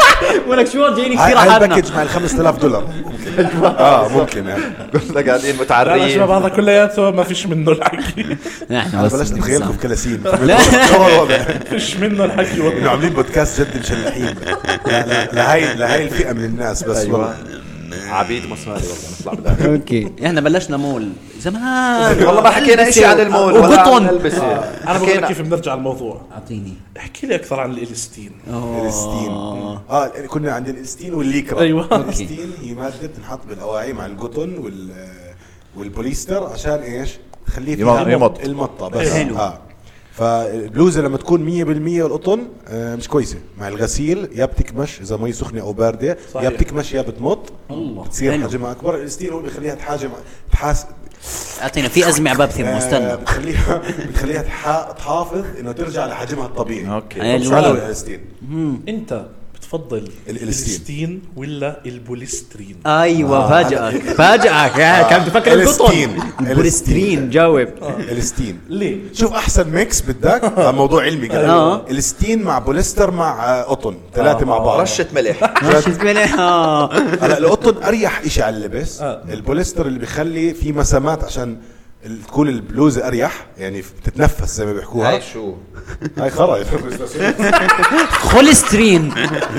ولك شو جايني هاي كثير هاي حالنا. الباكج مع ال خمسة آلاف دولار اه ممكن يعني. قلنا قاعدين لا متعرين. شباب هذا كلياته ما فيش منه الحكي. احنا بس بلشت اتخيلكم في كلاسين لا. فيش منه الحكي انه والله. عاملين بودكاست جد مشلحين لا- لا- لهي لهي الفئه من الناس بس والله. عبيد مصاري والله نطلع بالآخر. اوكي احنا بلشنا مول زمان والله ما حكينا شيء عن المول ولا عن وقطن. البسة. انا بقول لك حكينا كيف بنرجع الموضوع. اعطيني احكي لي اكثر عن الإلستين. الستين اه يعني كنا عند الستين والليكرا. أيوة. الستين هي ماده بتنحط بالاواعي مع القطن وال والبوليستر عشان ايش تخليه فيها يمط- يمط. المطه بس حلو. اه فالبلوزه لما تكون مية بالمية القطن آه مش كويسه مع الغسيل، يا بتكمش اذا مي سخنه او بارده، يا صحيح. بتكمش يا بتمط الله. بتصير حلو. حجمها اكبر. الستين هو بيخليها تحاجم تحاس اعطينا في ازمه عباب ثم آه استنى. بتخليها بتخليها تح- تحافظ انه ترجع لحجمها الطبيعي. اوكي. حلو. شو هذا الستين؟ انت بتفضل الإلستين. الإلستين ولا البوليسترين؟ ايوه فاجأك فاجأك كان بفكر الستين. القطن البوليسترين جاوب. الستين ليه؟ شوف احسن ميكس بدك هذا موضوع علمي قال آه. الستين مع بوليستر مع آه، قطن ثلاثه مع بعض. رشة ملح. ماشي ملح. آه. هلا القطن اريح شيء على اللبس. البوليستر اللي بيخلي في مسامات عشان ال- تكون البلوزه اريح يعني بتتنفس زي ما بيحكوها. هاي شو؟ هاي خرا خولسترين.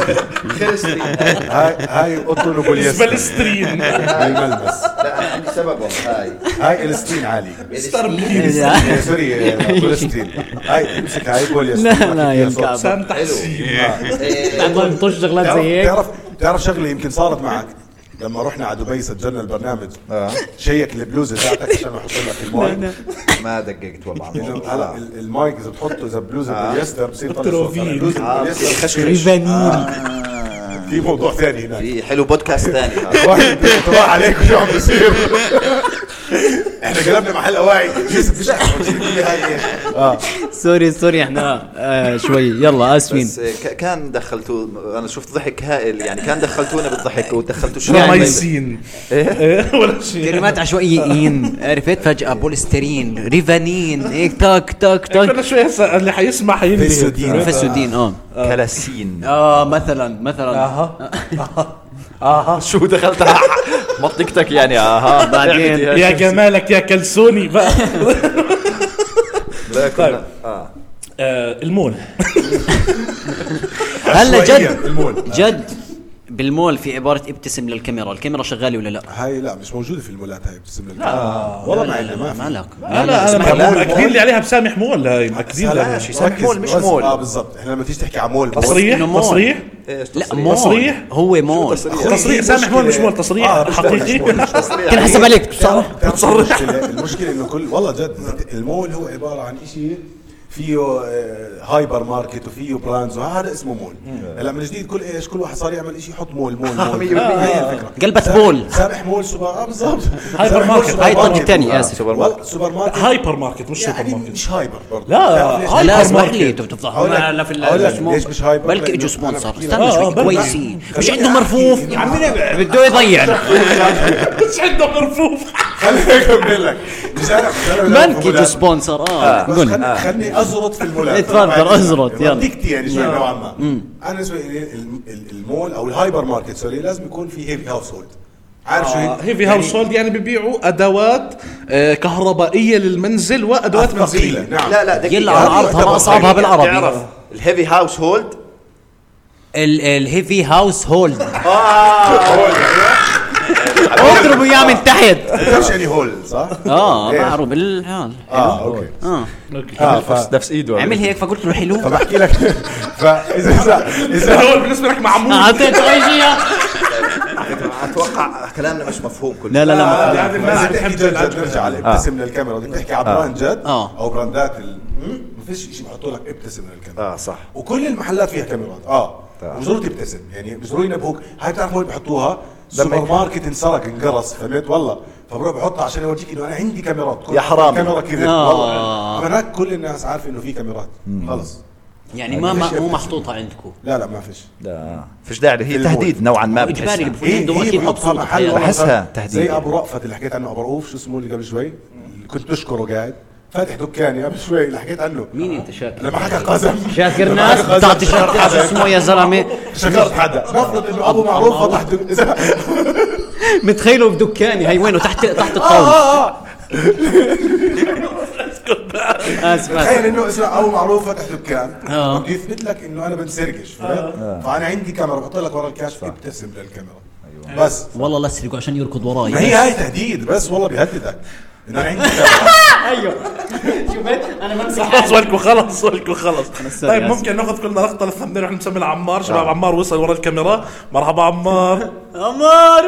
هاي هاي قطن وبوليستر الإلستين. بالملمس. لا أنا عندي سبب والله. هاي هاي الستين عالي لا آه، سوري آه، بوليسترين. هاي امسك هاي بوليستر. لا لا يا مكعب سام تحسين. عم نطش شغلات زي تعرف هيك. تعرف تعرف شغله يمكن صارت معك لما رحنا على دبي سجلنا البرنامج. آه. شيك البلوزه تاعتك عشان احط لك المايك. ما دققت والله على إنه الموضوع. هلا ال- المايك اذا بتحطه اذا بلوزه بوليستر بصير طلع له صوت. فيل. بلوزه آه، بوليستر خشخش. ريفانيل. في موضوع ثاني هناك. في حلو بودكاست ثاني هذا. واحد بيطلع عليك شو عم بيصير. احنا قلبنا محل اواعي لسه فيش هاي ايش. اه سوري سوري احنا آه شوي يلا اسفين. بس ك- كان دخلتوا انا شفت ضحك هائل يعني كان دخلتونا بالضحك ودخلتوا شو يعني- رميسين. إيه؟ ولا شيء. كلمات عشوائيين عرفت فجأة بوليسترين ريفانين هيك تاك تاك تاك. كل شوي هسه اللي حيسمع حينتهي. فيسودين. فسودين اه كلاسين. اه مثلا مثلا اها اها شو دخلت على منطقتك يعني اها بعدين. يا جمالك يا كلسوني بقى. لا طيب. كنا اه آه، المول. هلا عشوائياً جد المول. جد بالمول في عبارة ابتسم للكاميرا، الكاميرا شغالة ولا لا؟ هاي لا مش موجوده في المولات هاي بتسم لك. والله ما عندنا ما في. ما لك لا لا اسمع، انا مول- مأكدين لي عليها بسامح مول. هاي مأكدين لا لها. شيء سامح مول مش مول. اه بالضبط احنا لما تيجي تحكي على مول تصريح إنه مول. تصريح ايش لا تصريح؟ مول تصريح؟ هو مول تصريح سامح مول مش مول تصريح آه، مش مول، مش حقيقي. مول، مش كان حسب عليك تصرف. تعرف المشكلة المشكلة انه كل والله جد المول هو عبارة عن شيء فيه آه، هايبر ماركت وفيه براندز وهذا اسمه مول. هلا من جديد كل ايش كل واحد صار يعمل شيء يحط مول مول مول. مية بالمية. هي الفكرة. قلبت سامح- بول. سامح مول سوبر اه بالضبط. هايبر سامح مول ماركت. سوبر هاي الطق ماركت. الثاني آه، اسف. سوبر ماركت. والله سوبر ماركت هايبر ماركت مش سوبر يعني ماركت. مش هايبر برضه. لا، تعرف ليش؟ هايبر لا اسمح ماركت. لي انتوا بتفضحوا أقول لك- ما لا في أقول لك الاسمه ليش مش هايبر؟ بلكي لأنه اجوا أنا سبونسر بحكي لك- استنى آه، شوي بلكي. كويسين مش خليني عندهم أحكي. مرفوف يا عمي بده يضيع مش عنده مرفوف. خليني اكمل لك. مش انا مش أنا بلكي اجوا سبونسر اه بس قول خلني خلني ازرط في المولات. اتفضل، ازرط، يلا. منطقتي يعني شوي نوعا ما. انا بالنسبه لي الم- ال- المول او الهايبر ماركت سوري لازم يكون في هيفي هاوس هولد. عارف شو هي؟ هيفي هاوس هولد يعني ببيعوا ادوات آه، كهربائيه للمنزل وادوات ثقيلة، منزليه. نعم. لا لا دقيقة. يلا على هذه عرضها ما يعتبر اصعبها خير. بالعربي. تعرف الهيفي هاوس هولد الهيفي هاوس هولد اضربوا اياه من تحت بتعرف يعني هول صح؟ اه إيه. معروف بالحال اه اوكي. اه اه ف... نفس ايده عمل هيك فقلت له حلو فبحكي لك فاذا اذا اذا هو بالنسبه لك معمول. اعطيته اي شيء اتوقع كلامنا مش مفهوم كله. لا لا لا هذه الناس ما بتحب جد جد نرجع على ابتسم للكاميرا بدك تحكي على براند جد آه. او براندات ال... ما فيش شيء بحطوا لك ابتسم للكاميرا. اه صح. وكل المحلات فيها كاميرات اه مش ضروري تبتسم يعني مش ضروري ينبهوك. هاي بتعرف وين بحطوها؟ سوبر ماركت انسرق انقرص فهمت والله فبروح بحطها عشان اورجيك انه انا عندي كاميرات. يا حرام. كاميرا كذا آه. والله هناك كل الناس عارفه انه في كاميرات خلص. يعني ما ما مو محطوطه عندكم لا لا ما فيش. لا فيش داعي هي المول. تهديد نوعا ما اجباري بتحسها. اللي بفوت عنده اكيد بحطها مبسوط والله بحسها صار تهديد زي يعني. ابو رأفت اللي حكيت عنه ابو رؤوف شو اسمه اللي قبل شوي اللي كنت تشكره قاعد فاتح دكاني قبل شوي اللي حكيت عنه. مين انت شاكر؟ لما حكى قاسم شاكر ناس تعطي شاكر اسمه يا زلمه. شكرت حدا نفرض انه ابو معروف فتح دك... متخيله بدكاني هي وينه تحت تحت الطاوله. اه اسف تخيل انه اسمع ابو معروف فتح دكان آه. بده يثبت لك انه انا بنسرقش فانا عندي كاميرا بحط لك ورا الكاشف ابتسم للكاميرا بس والله لا اسرقوا عشان يركض وراي. ما هي هاي تهديد بس والله بيهددك انه انا عندي كاميرا. ايوه شوفت انا بمسك خلص ولكم خلص ولكم خلص. سوري، طيب آسف. ممكن ناخذ كلنا لقطه للثمنيل ونحن نسمي عمار. شباب عمار وصل ورا الكاميرا. مرحبا عمار. عمار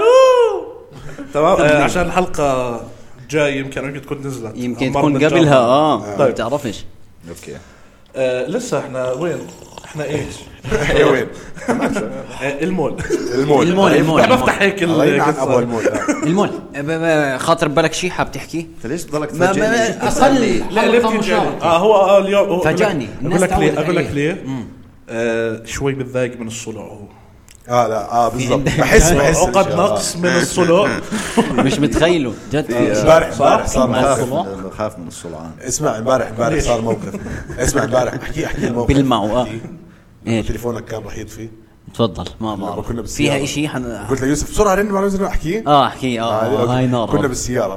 تمام. آه، عشان الحلقه جاي يمكن يمكن تكون نزلت يمكن عمار تكون نجار. قبلها اه ما طيب. بتعرفش. اوكي آه لسه احنا وين احنا ايش ايه وين آه المول المول المول المول بحب افتح هيك الله يلعن ابو ال- المول المول ب- ب- خاطر بالك شيء حاب تحكي. انت ليش بضلك ما- تفاجئني؟ ما- أصلي. لا ليه حلقة بتيجي مشاركة. اه هو آه اليوم هو- فاجأني. اقول الناس لك ليه تعودت اقول لك عليه. ليه آه شوي بتضايق من الصلع هو اه لا اه بالضبط بحس بحس عقد الشيء. آه. نقص من الصلع. مش متخيله جد. امبارح امبارح صار مع موقف الصلاة. خاف من الصلعان. اسمع امبارح امبارح صار موقف اسمع امبارح احكي احكي الموقف بالمعه اه ايش تليفونك كان رح يطفي تفضل ما لما بعرف كنا بالسيارة. فيها اشي حن... قلت له يوسف بسرعه رن معنا نزل احكي اه احكي اه هاي نار. كنا بالسياره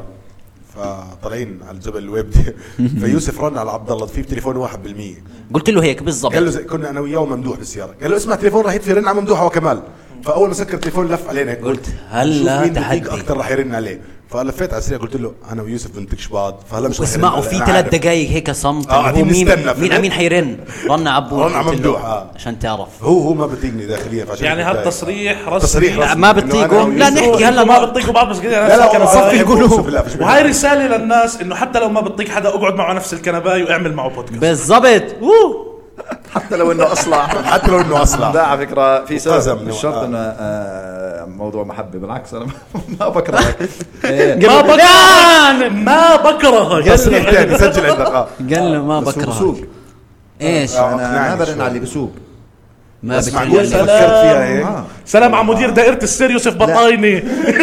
فطالعين على الجبل الويب فيوسف رن على عبد الله في تليفون واحد بالمية قلت له هيك بالضبط. قال له زي كنا انا وياه وممدوح بالسياره قال له اسمع تليفون راح يطفي رن على ممدوح وكمال فاول ما سكر التليفون لف علينا هيك قلت هلا شوف مين تحدي. بدقيق اكثر راح يرن عليه فلفيت على السريع قلت له انا ويوسف بنتكش بعض فهلا مش رح يرن اسمعوا علي. في أنا ثلاث عارف. دقائق هيك صمت. آه، هو قاعدين مين نستنى، مين فهمت؟ على مين حيرن؟ رن عبود. رن على قلت له ممدوح، آه. عشان تعرف. هو هو ما بتيقني داخليا فعشان يعني بتضايق. هالتصريح رسمي. تصريح رسمي. ما إنه بتطيقوا؟ أنا لا ويوسف- نحكي هلا ما ما بتطيقوا بعض بس كده لا لا كان والله صفي أقسم القلوب. بالله مش وهاي رساله للناس انه حتى لو ما بتطيق حدا اقعد معه نفس الكنباي واعمل معه بودكاست. بالضبط. اوه حتى لو انه اصلع. حتى لو انه اصلع لا على فكره في وقزم. سبب مش شرط آه. انه آه، موضوع محبه بالعكس انا ما بكرهك. ما بكره ما بكره تصريح ثاني سجل عندك اه قال له ما بس هو بكره. بسوق. ايش آه. انا ما أقنعني برن شوي. على اللي بسوق. ما اسمع بتقول قلت لي. فكرت فيها هيك آه. سلام على مدير دائره السير يوسف بطايني.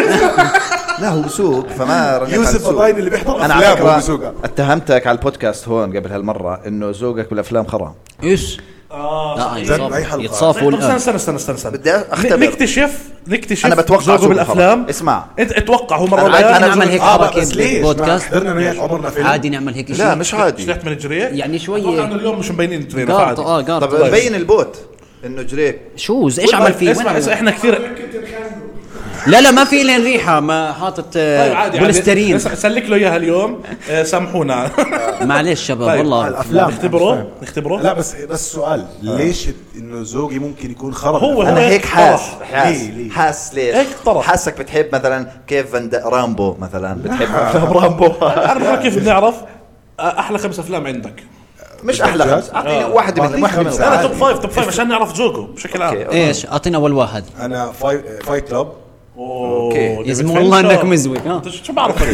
لا هو بسوق فما رنيت على يوسف السوق. بطايني اللي بيحضر انا على افلام وهو فكره بسوقها اتهمتك على البودكاست هون قبل هالمره انه ذوقك بالافلام خرا. ايش؟ اه لا جد بأي يتصافوا حلقة. يتصافوا طب استنى الان. استنى استنى استنى استنى بدي اختبر. نكتشف نكتشف انا بتوقع ذوقه ذوقه بالافلام. خرا. اسمع انت اتوقع هو مره أنا ولا عادي لا؟ عادي نعمل هيك آه، حركه بس ليش؟ بودكاست. حضرنا انا وياك عمرنا فيلم عادي نعمل هيك لا شيء. مش عادي. طلعت من جريك يعني اتوقع شوي انه اليوم مش مبينين جريك قارط عادي. اه طب قارط. بين البوت انه جريك. شوز ايش عمل فيه؟ اسمع وين اسمع عمل؟ احنا كثير لا لا ما في لين ريحه ما حاطط طيب عادي بوليسترين. عادي سلك له اياها اليوم. آه، سامحونا. معلش شباب طيب. والله الافلام نختبره نختبره لا بس بس سؤال ليش انه ذوقي ممكن يكون خرب هو- انا هيك هيك حاس طرح. حاس ليه؟ ليه؟ حاس ليش هيك طرح. حاسك بتحب مثلا كيف فان دا- رامبو مثلا بتحب افلام رامبو. انا بقول كيف بنعرف آه، احلى خمس افلام عندك. مش احلى خمس اعطيني واحده من واحدة من خمس. ساعة. انا توب فايف توب فايف عشان نعرف ذوقه بشكل عام. أوكي. ايش اعطينا اول واحد. انا فايت فايت كلاب اوكي يا زلمه والله انك مزوي ها. انت شو بعرف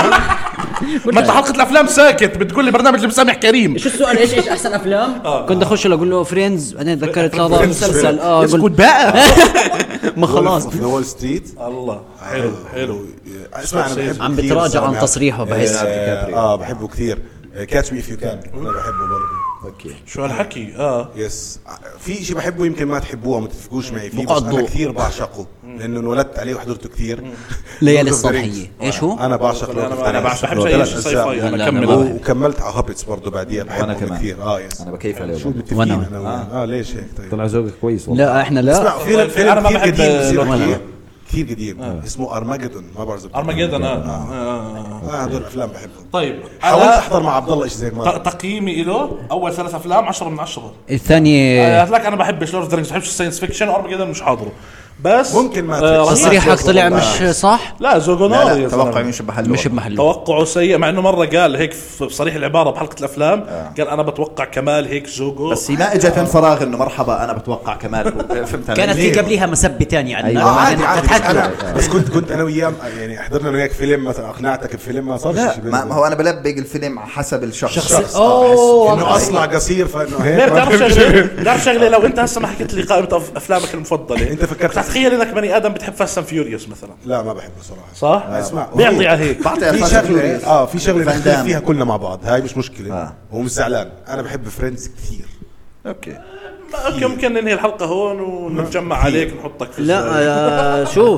ما انت حلقه الافلام ساكت بتقول لي برنامج لمسامح كريم. شو السؤال؟ ايش ايش احسن افلام؟ كنت اخش له اقول له فريندز بعدين تذكرت هذا Friends. مسلسل اه اسكت قلت بقى. ما خلاص ذا وول ستريت الله حلو حلو. اسمع انا بحبه عم كثير بتراجع عن صراحة. تصريحه بحس. اه, آه بحبه كثير كاتش مي اف يو كان انا بحبه برضه اوكي شو هالحكي اه يس في شيء بحبه يمكن ما تحبوه ما تتفقوش معي فيه بقع بس انا الضوء. كثير بعشقه لانه انولدت عليه وحضرته كثير ليالي Lord of the الصبحيه Rings. ايش هو؟ انا بعشق Lord of the انا Rings. بعشق بحب ثلاث شيء ساي أجزاء. فاي لا، انا لا، كمل لا. أنا. وكملت على هابتس برضه بعديها وأنا بحبه كمان. كثير اه يس انا بكيف عليه شو والله. متفقين وأنا. انا وياه. اه ليش هيك طيب طلع ذوقك كويس والله. لا احنا لا. اسمع فيلم أنا فيلم ما كثير بحب قديم بصير ولا. أحكيه. كثير قديم اسمه ارماجدون ما بعرف إذا بتعرف. ارماجدون اه آه. اه هدول الافلام بحبهم طيب حاولت انا احضر مع عبد الله شيء زي ت- ما تقييمي له اول ثلاث افلام عشرة من عشرة. الثاني هتلاقي انا بحبش لورد اوف ذا رينجز بحبش الساينس فيكشن وارماجدون مش حاضره بس ممكن ما آه، تفكر. رهيب. تصريحك طلع مش صح. لا زوجو لا ناري لا يا توقع زلمة. مش بحلو مش بمحله. توقعه سيء مع انه مره قال هيك في بصريح العباره بحلقه الافلام قال انا بتوقع كمال هيك زوجو بس هي ما اجت من فراغ انه مرحبا انا بتوقع كمال. فهمت علي؟ كانت في قبلها مسبه ثانيه عندنا. أيوة. آه عادي بعدين عادي فتحت بس, له. أنا بس كنت كنت انا وياه يعني حضرنا انا وياك فيلم مثلا اقنعتك بفيلم الفيلم ما صار لا شيء ما ما هو انا بلبق الفيلم حسب الشخص. شخص اوه انه اصلع قصير فانه ليه بتعرف شغله بتعرف شغله لو انت هسه ما حكيت لي قائمه أف- افلامك المفضله انت فكرت تخيل انك بني ادم بتحب فاست اند فيوريوس مثلا لا ما بحبه صراحه. صح اسمع بيعطي على هيك بعطي في Fast and شغله Furious. اه في شغله فان نختلف دام. فيها كلنا مع بعض، هاي مش مشكله. آه. هو مش زعلان، انا بحب فريندز كثير. اوكي اوكي ممكن ننهي الحلقه هون ونتجمع عليك نحطك في لا الزاوية. آه شو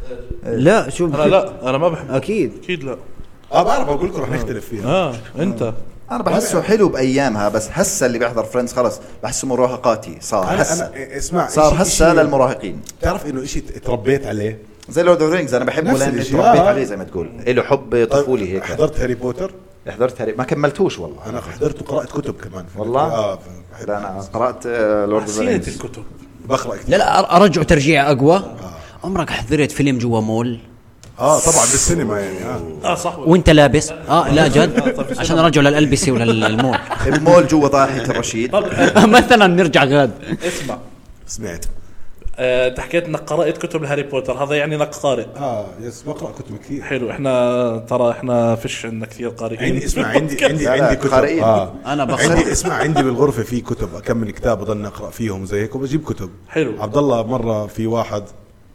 لا شو انا لا انا ما بحب اكيد اكيد لا اه بعرف بقول لكم رح نختلف فيها. اه انت انا بحسه حلو بايامها، بس هسه اللي بيحضر فريندز خلص بحسه مراهقاتي صار. انا هسه انا اسمع صار إشي- هسه إشي- للمراهقين بتعرف انه شيء تربيت عليه. زي لورد اوف رينجز. انا بحبه نفس لاني الشيء. تربيت آه. عليه زي ما تقول، له حب طفولي هيك. حضرت هاري بوتر. حضرت هاري ما كملتوش والله. انا حضرت وقرات كتب كمان. والله؟ اه بحب- لا انا قرات لورد اوف سيرة رينجز. الكتب بقرا كتير. لا لا ارجع ترجيع اقوى. عمرك حضرت فيلم جوا مول اه طبعا بالسينما يعني اه اه صح وانت لابس اه لا جد عشان ارجعوا للالبسه وللمول المول جوا ضاحية الرشيد. طب مثلا نرجع غاد اسمع سمعت. آه، انت حكيت انك قرأت كتب هاري بوتر، هذا يعني انك قارئ. اه يس بقرا كتب كثير. حلو احنا ترى احنا فيش عندنا كثير قارئين. عندي اسمع عندي عندي لا، لا، عندي كتب. قارئين. اه أنا بقرأ. عندي اسمع عندي بالغرفه في كتب، كم من كتاب بضلني اقرا فيهم زي هيك وبجيب كتب. حلو. عبد الله مره في واحد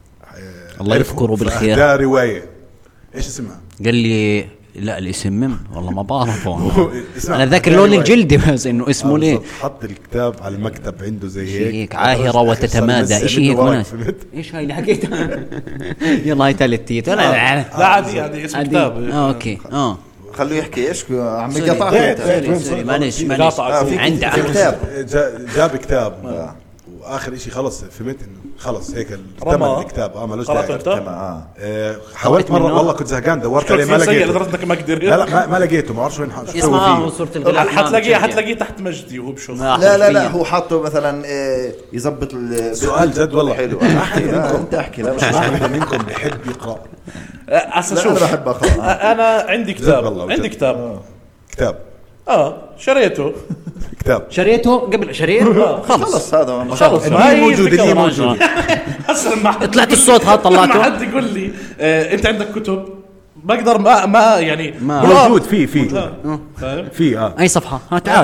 الله يذكره بالخير ده روايه ايش اسمها؟ قال لي لا الاسم مم والله ما بعرفه اسمع، انا ذاكر ده لون رواية. الجلد بس انه اسمه آه، ليه بالضبط. حط الكتاب على المكتب عنده زي شيء هيك هيك عاهرة صار وتتمادى لسه اشي هيك منه ورق، مناسب. فهمت؟ ايش هاي اللي حكيتها يلا هاي ثالث تيت ولا لا عادي عادي اسم عادي. كتاب. اه اوكي اه خلوه يحكي ايش عم سوري. يقطع. سوري سوري معلش معلش قاطع. في عندي في كتاب. جا- جاب كتاب واخر شيء خلص فهمت انه خلص هيك رمى. الثمن الكتاب اه مالوش قرأت داعي. انت؟ آه. آه، حاولت مره منه؟ والله كنت زهقان دورت عليه كنت ما في سيء لقيته. لدرجة انك ما قدرت. لا لا ما, ما لقيته ما بعرفش وين حط اسمها صورة الغلاف حتلاقيه حتلاقيه تحت مجدي وهو بشوف. لا لا لا هو حاطه مثلا آه، يزبط ال- سؤال جد والله حلو. ما حدا لا، منكم انت احكي لا مش ما مشكلة. حدا منكم بحب يقرا أصلا لا شوف انا بحب اقرا. آه، انا عندي جد والله كتاب وجد. عندي كتاب كتاب اه شريته كتاب شريته قبل شريت خلص خلص هذا ما خلص اللي هاي موجودة، الفكرة. اللي موجودة. هسه لما حد- طلعت الصوت هاد لما طلعته حد يقول لي آه، انت عندك كتب بقدر ما ما يعني ما- بقول آه، موجود في في فاهم؟ في اه اي صفحة ها تعال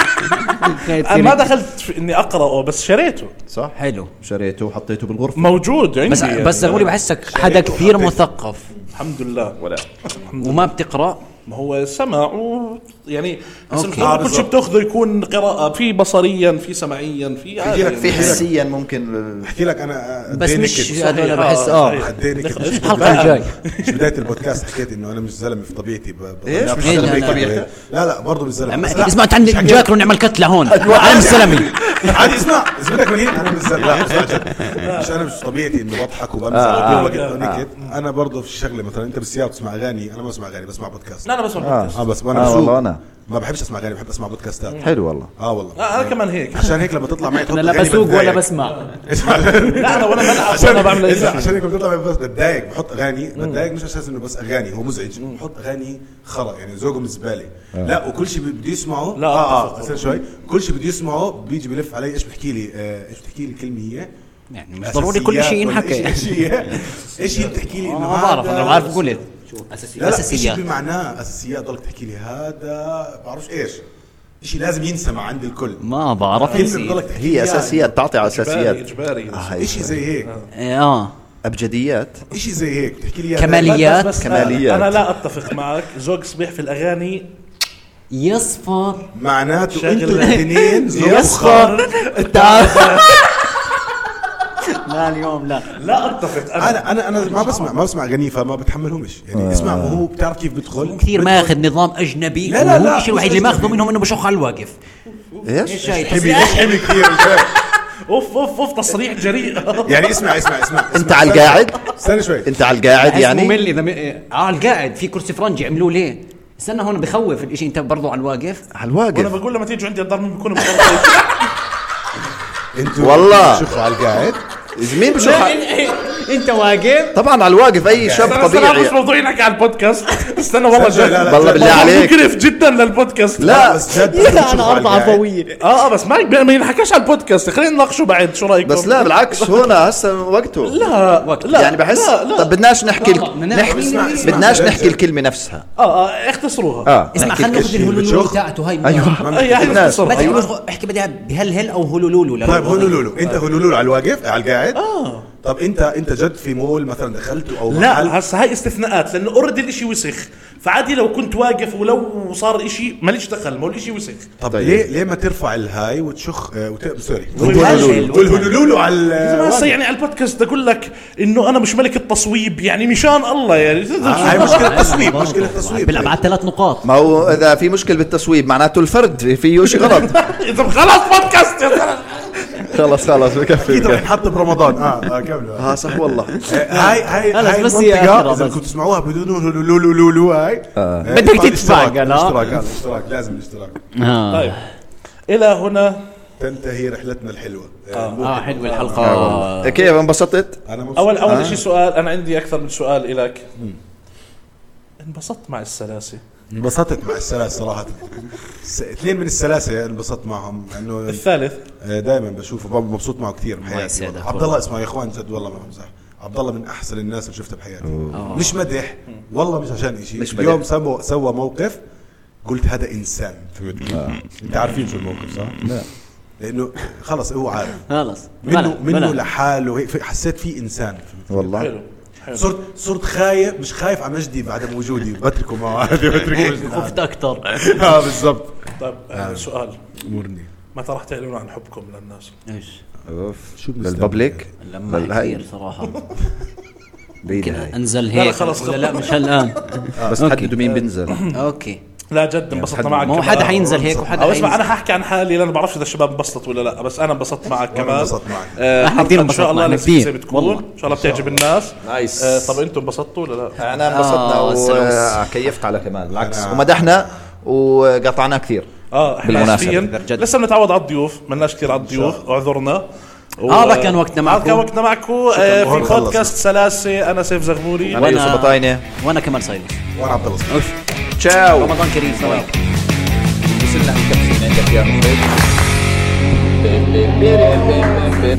انا ما دخلت في اني اقراه بس شريته صح حلو شريته وحطيته بالغرفة. موجود عندي بس يعني. بس غولي بحسك حدا كثير مثقف الحمد لله ولا وما بتقرا ما هو سمع و يعني بس أوكي. مش كل شيء بتاخذه يكون قراءة، في بصريا في سمعيا في عادي لك يعني. في حسيا ممكن. احكي لك انا بس قد إيه مش نكد. هذول صحيح. بحس آه، اه صحيح. قد إيه نكد. إيش الحلقة الجاي مش بدايه البودكاست حكيت انه انا مش زلمه في طبيعتي ب- ب- إيش؟ لا، مش زلمة زلمة في طبيعتك؟ لا لا برضه مش زلمه بس عم- لا، اسمع تعال جاكر ونعمل كتله هون انا مستلمي عادي اسمع اذا بدك من هنا انا مش زلمه لا اسمع جد. مش انا مش طبيعتي انه بضحك وبمزح آه، وكل آه، وقت نكد. انا برضه في شغله مثلا انت بالسياره بتسمع اغاني، انا ما بسمع اغاني بسمع بودكاست. لا انا بسمع آه. بودكاست. اه بس وانا آه بسوق والله أنا. ما بحبش اسمع اغاني بحب اسمع بودكاستات. حلو والله. اه والله آه، انا كمان هيك عشان هيك لما تطلع معي تحط انا لا أغاني بسوق ولا بتضايق. بسمع اسمع لا انا ولا بلعب عشان ولا بعمل اي إذا- شيء. عشان هيك بتطلع معي بس بتضايق بحط اغاني بتضايق مش اساس انه بس اغاني هو مزعج بحط اغاني خرا يعني ذوقهم زباله. لا وكل شيء بده يسمعه لا، اه أتفق. اه استنى شوي كل شيء بده يسمعه بيجي بلف علي ايش بحكي لي آه، ايش بتحكي لي كلمه هي يعني مش ضروري كل شيء ينحكى ايش هي ايش هي بتحكي لي انه ما بعرف هذا- انا بعرف قلت شو لا اساسيات لا شيء اساسيات بمعناه اساسيات ضلك تحكي لي هذا بعرفش ايش شيء لازم ينسمع عند الكل ما بعرف كلمه نسيت. بضلك تحكي هي لي اساسيات تعطي على اجباري اساسيات. اجباري آه، هاي شيء زي هيك اه ابجديات. شيء زي هيك بتحكي لي كماليات. بس, بس كماليات. انا لا اتفق معك. ذوق صبيح في الاغاني يصفر معناته شغلة. انتوا الاثنين يصفر لا اليوم لا لا اتفق انا انا انا انا ما بسمع ما بسمع اغاني فما بتحملهمش يعني اسمع وهو بتعرف كيف بدخل كثير ماخذ نظام اجنبي لا، لا، وهو لا، الشيء الوحيد مش اللي ماخذه أجنبي. منهم انه بشخ على الواقف ايش؟ هاي حمي ليش حمي كثير مش فاهم. اوف اوف اوف تصريح جريء يعني اسمع اسمع اسمع انت على القاعد. استنى شوي انت على القاعد يعني يعني. ممل اذا م... اه القاعد في كرسي فرنجي عملوه ليه استنى هون بخوف الاشي انت برضو على الواقف على وانا الواقف. بقول لما تيجوا عندي الدار مين بيكونوا مخلصين. انتوا والله. شوفوا على القاعد مين بشوف انت واقف طبعا على الواقف اي شاب استنى طبيعي. مش موضوع نحكي على البودكاست. استنى والله جد لا، لا، والله بالله موضوع عليك. مقرف جدا للبودكاست. لا بس جد انا اربع عفويه. اه اه بس ما ما ينحكاش على البودكاست. خلينا نناقشه بعد. شو رايكم؟ بس لا بالعكس هنا هسه وقته. لا وقت. لا يعني بحس لا لا. طب بدناش نحكي لا، الك- بدنا نحكي نحكي- اسمع- بدناش نحكي الكلمة نفسها. اه اه اختصروها. اه اسمع نحكي خلينا ناخذ الشيء الهلولو بتشوف. تاعته هاي. ايوه اي هاي الناس. ما اختصرها. تحكي احكي بدها بهلهل او هلولولو. طيب هولولولو انت هولولولو على الواقف على القاعد اه طب انت انت جد في مول مثلا دخلته او محل؟ لا هسه هاي استثناءات لانه اوريدي الاشي وسخ. فعادي لو كنت واقف ولو صار اشي ماليش دخل. ما هو الاشي وسخ. طب طيب. ليه ليه ما ترفع الهاي وتشخ آه، وت... سوري والهلهل. والهولولولو على ما هسه ال- يعني على البودكاست اقول لك انه انا مش ملك التصويب يعني مشان الله يعني. هاي مشكلة تصويب مشكلة تصويب بيلعب على ثلاث نقاط. ما هو اذا في مشكلة بالتصويب معناته الفرد فيه شيء غلط. اذا خلاص بودكاست يا زلمه. خلص خلص بكفي اكيد رح بكفي. ينحط برمضان اه اه كملوا ها صح والله. هاي هاي خلص هاي بس هي المنطقة آخرة اذا بس. كنتوا تسمعوها بدون هولولولو هاي آه، بدك ادفع تدفع، الاشتراك. قال، آه. الاشتراك هذا الاشتراك لازم الاشتراك طيب الى هنا تنتهي رحلتنا الحلوة اه حلوه الحلقه. كيف انبسطت؟ انا مبسوط. اول اول آه. شيء سؤال. انا عندي اكثر من سؤال لك. انبسطت مع السلاسه؟ انبسطت مع السلاسة صراحة. س- اثنين من السلاسة انبسطت معهم انه الثالث دائما بشوفه بابا مبسوط معه كثير بحياتي. يسعدك والله. عبد الله اسمه يا اخوان جد والله ما بمزح. عبد الله من احسن الناس اللي شفتها بحياتي. أوه. مش مدح والله مش عشان شيء. مش اليوم مدح. سوى سوى موقف قلت هذا انسان فهمت كيف؟ انت عارفين شو الموقف صح؟ لا لانه خلص هو عارف خلص منه بلا- منه بلا. لحاله هيك حسيت فيه انسان فهمت؟ والله حلو حلو. صرت صرت خايف مش خايف على مجدي بعدم وجودي بتركه معه عادي بترك مجدي خفت اكثر. اه بالضبط طيب آه. سؤال. امرني متى راح تعلنون عن حبكم للناس؟ ايش اوف شو بنستعمل؟ للببليك لما للهاي. كثير صراحه بعيدة هاي. انزل لا هيك خلص ولا لا مش الان. بس أوكي. حددوا مين بنزل. اوكي لا جد انبسطنا معك. ما هو كمان. حدا حينزل هيك وحدا او اسمع حينزل. انا حاحكي عن حالي لان بعرفش اذا الشباب انبسطوا ولا لا. بس انا انبسطت معك وأنا كمان. انبسطت معك. آه إحنا كتير حلقة ان شاء الله انبسطنا، لذيذة كتير. بتكون والله. ان شاء الله بتعجب الناس. نايس. آه طب انتم انبسطوا ولا لا؟ انا انبسطنا آه، السلام. وكيفت على كمان بالعكس أنا- ومدحنا وقطعنا كثير. اه احنا بالمناسبة. اسفين جد. لسه بنتعود على الضيوف. ملناش كثير على الضيوف اعذرنا. و- هذا كان وقتنا معكم. هذا كان وقتنا معكم آه وهون في خلص. بودكاست سلاسه. انا سيف زغموري. انا يوسف بطاينه. وانا كمان سايلس. وانا عبد الله تشاو. رمضان كريم سوا. وصلنا الكبسة عندك يا مخرج.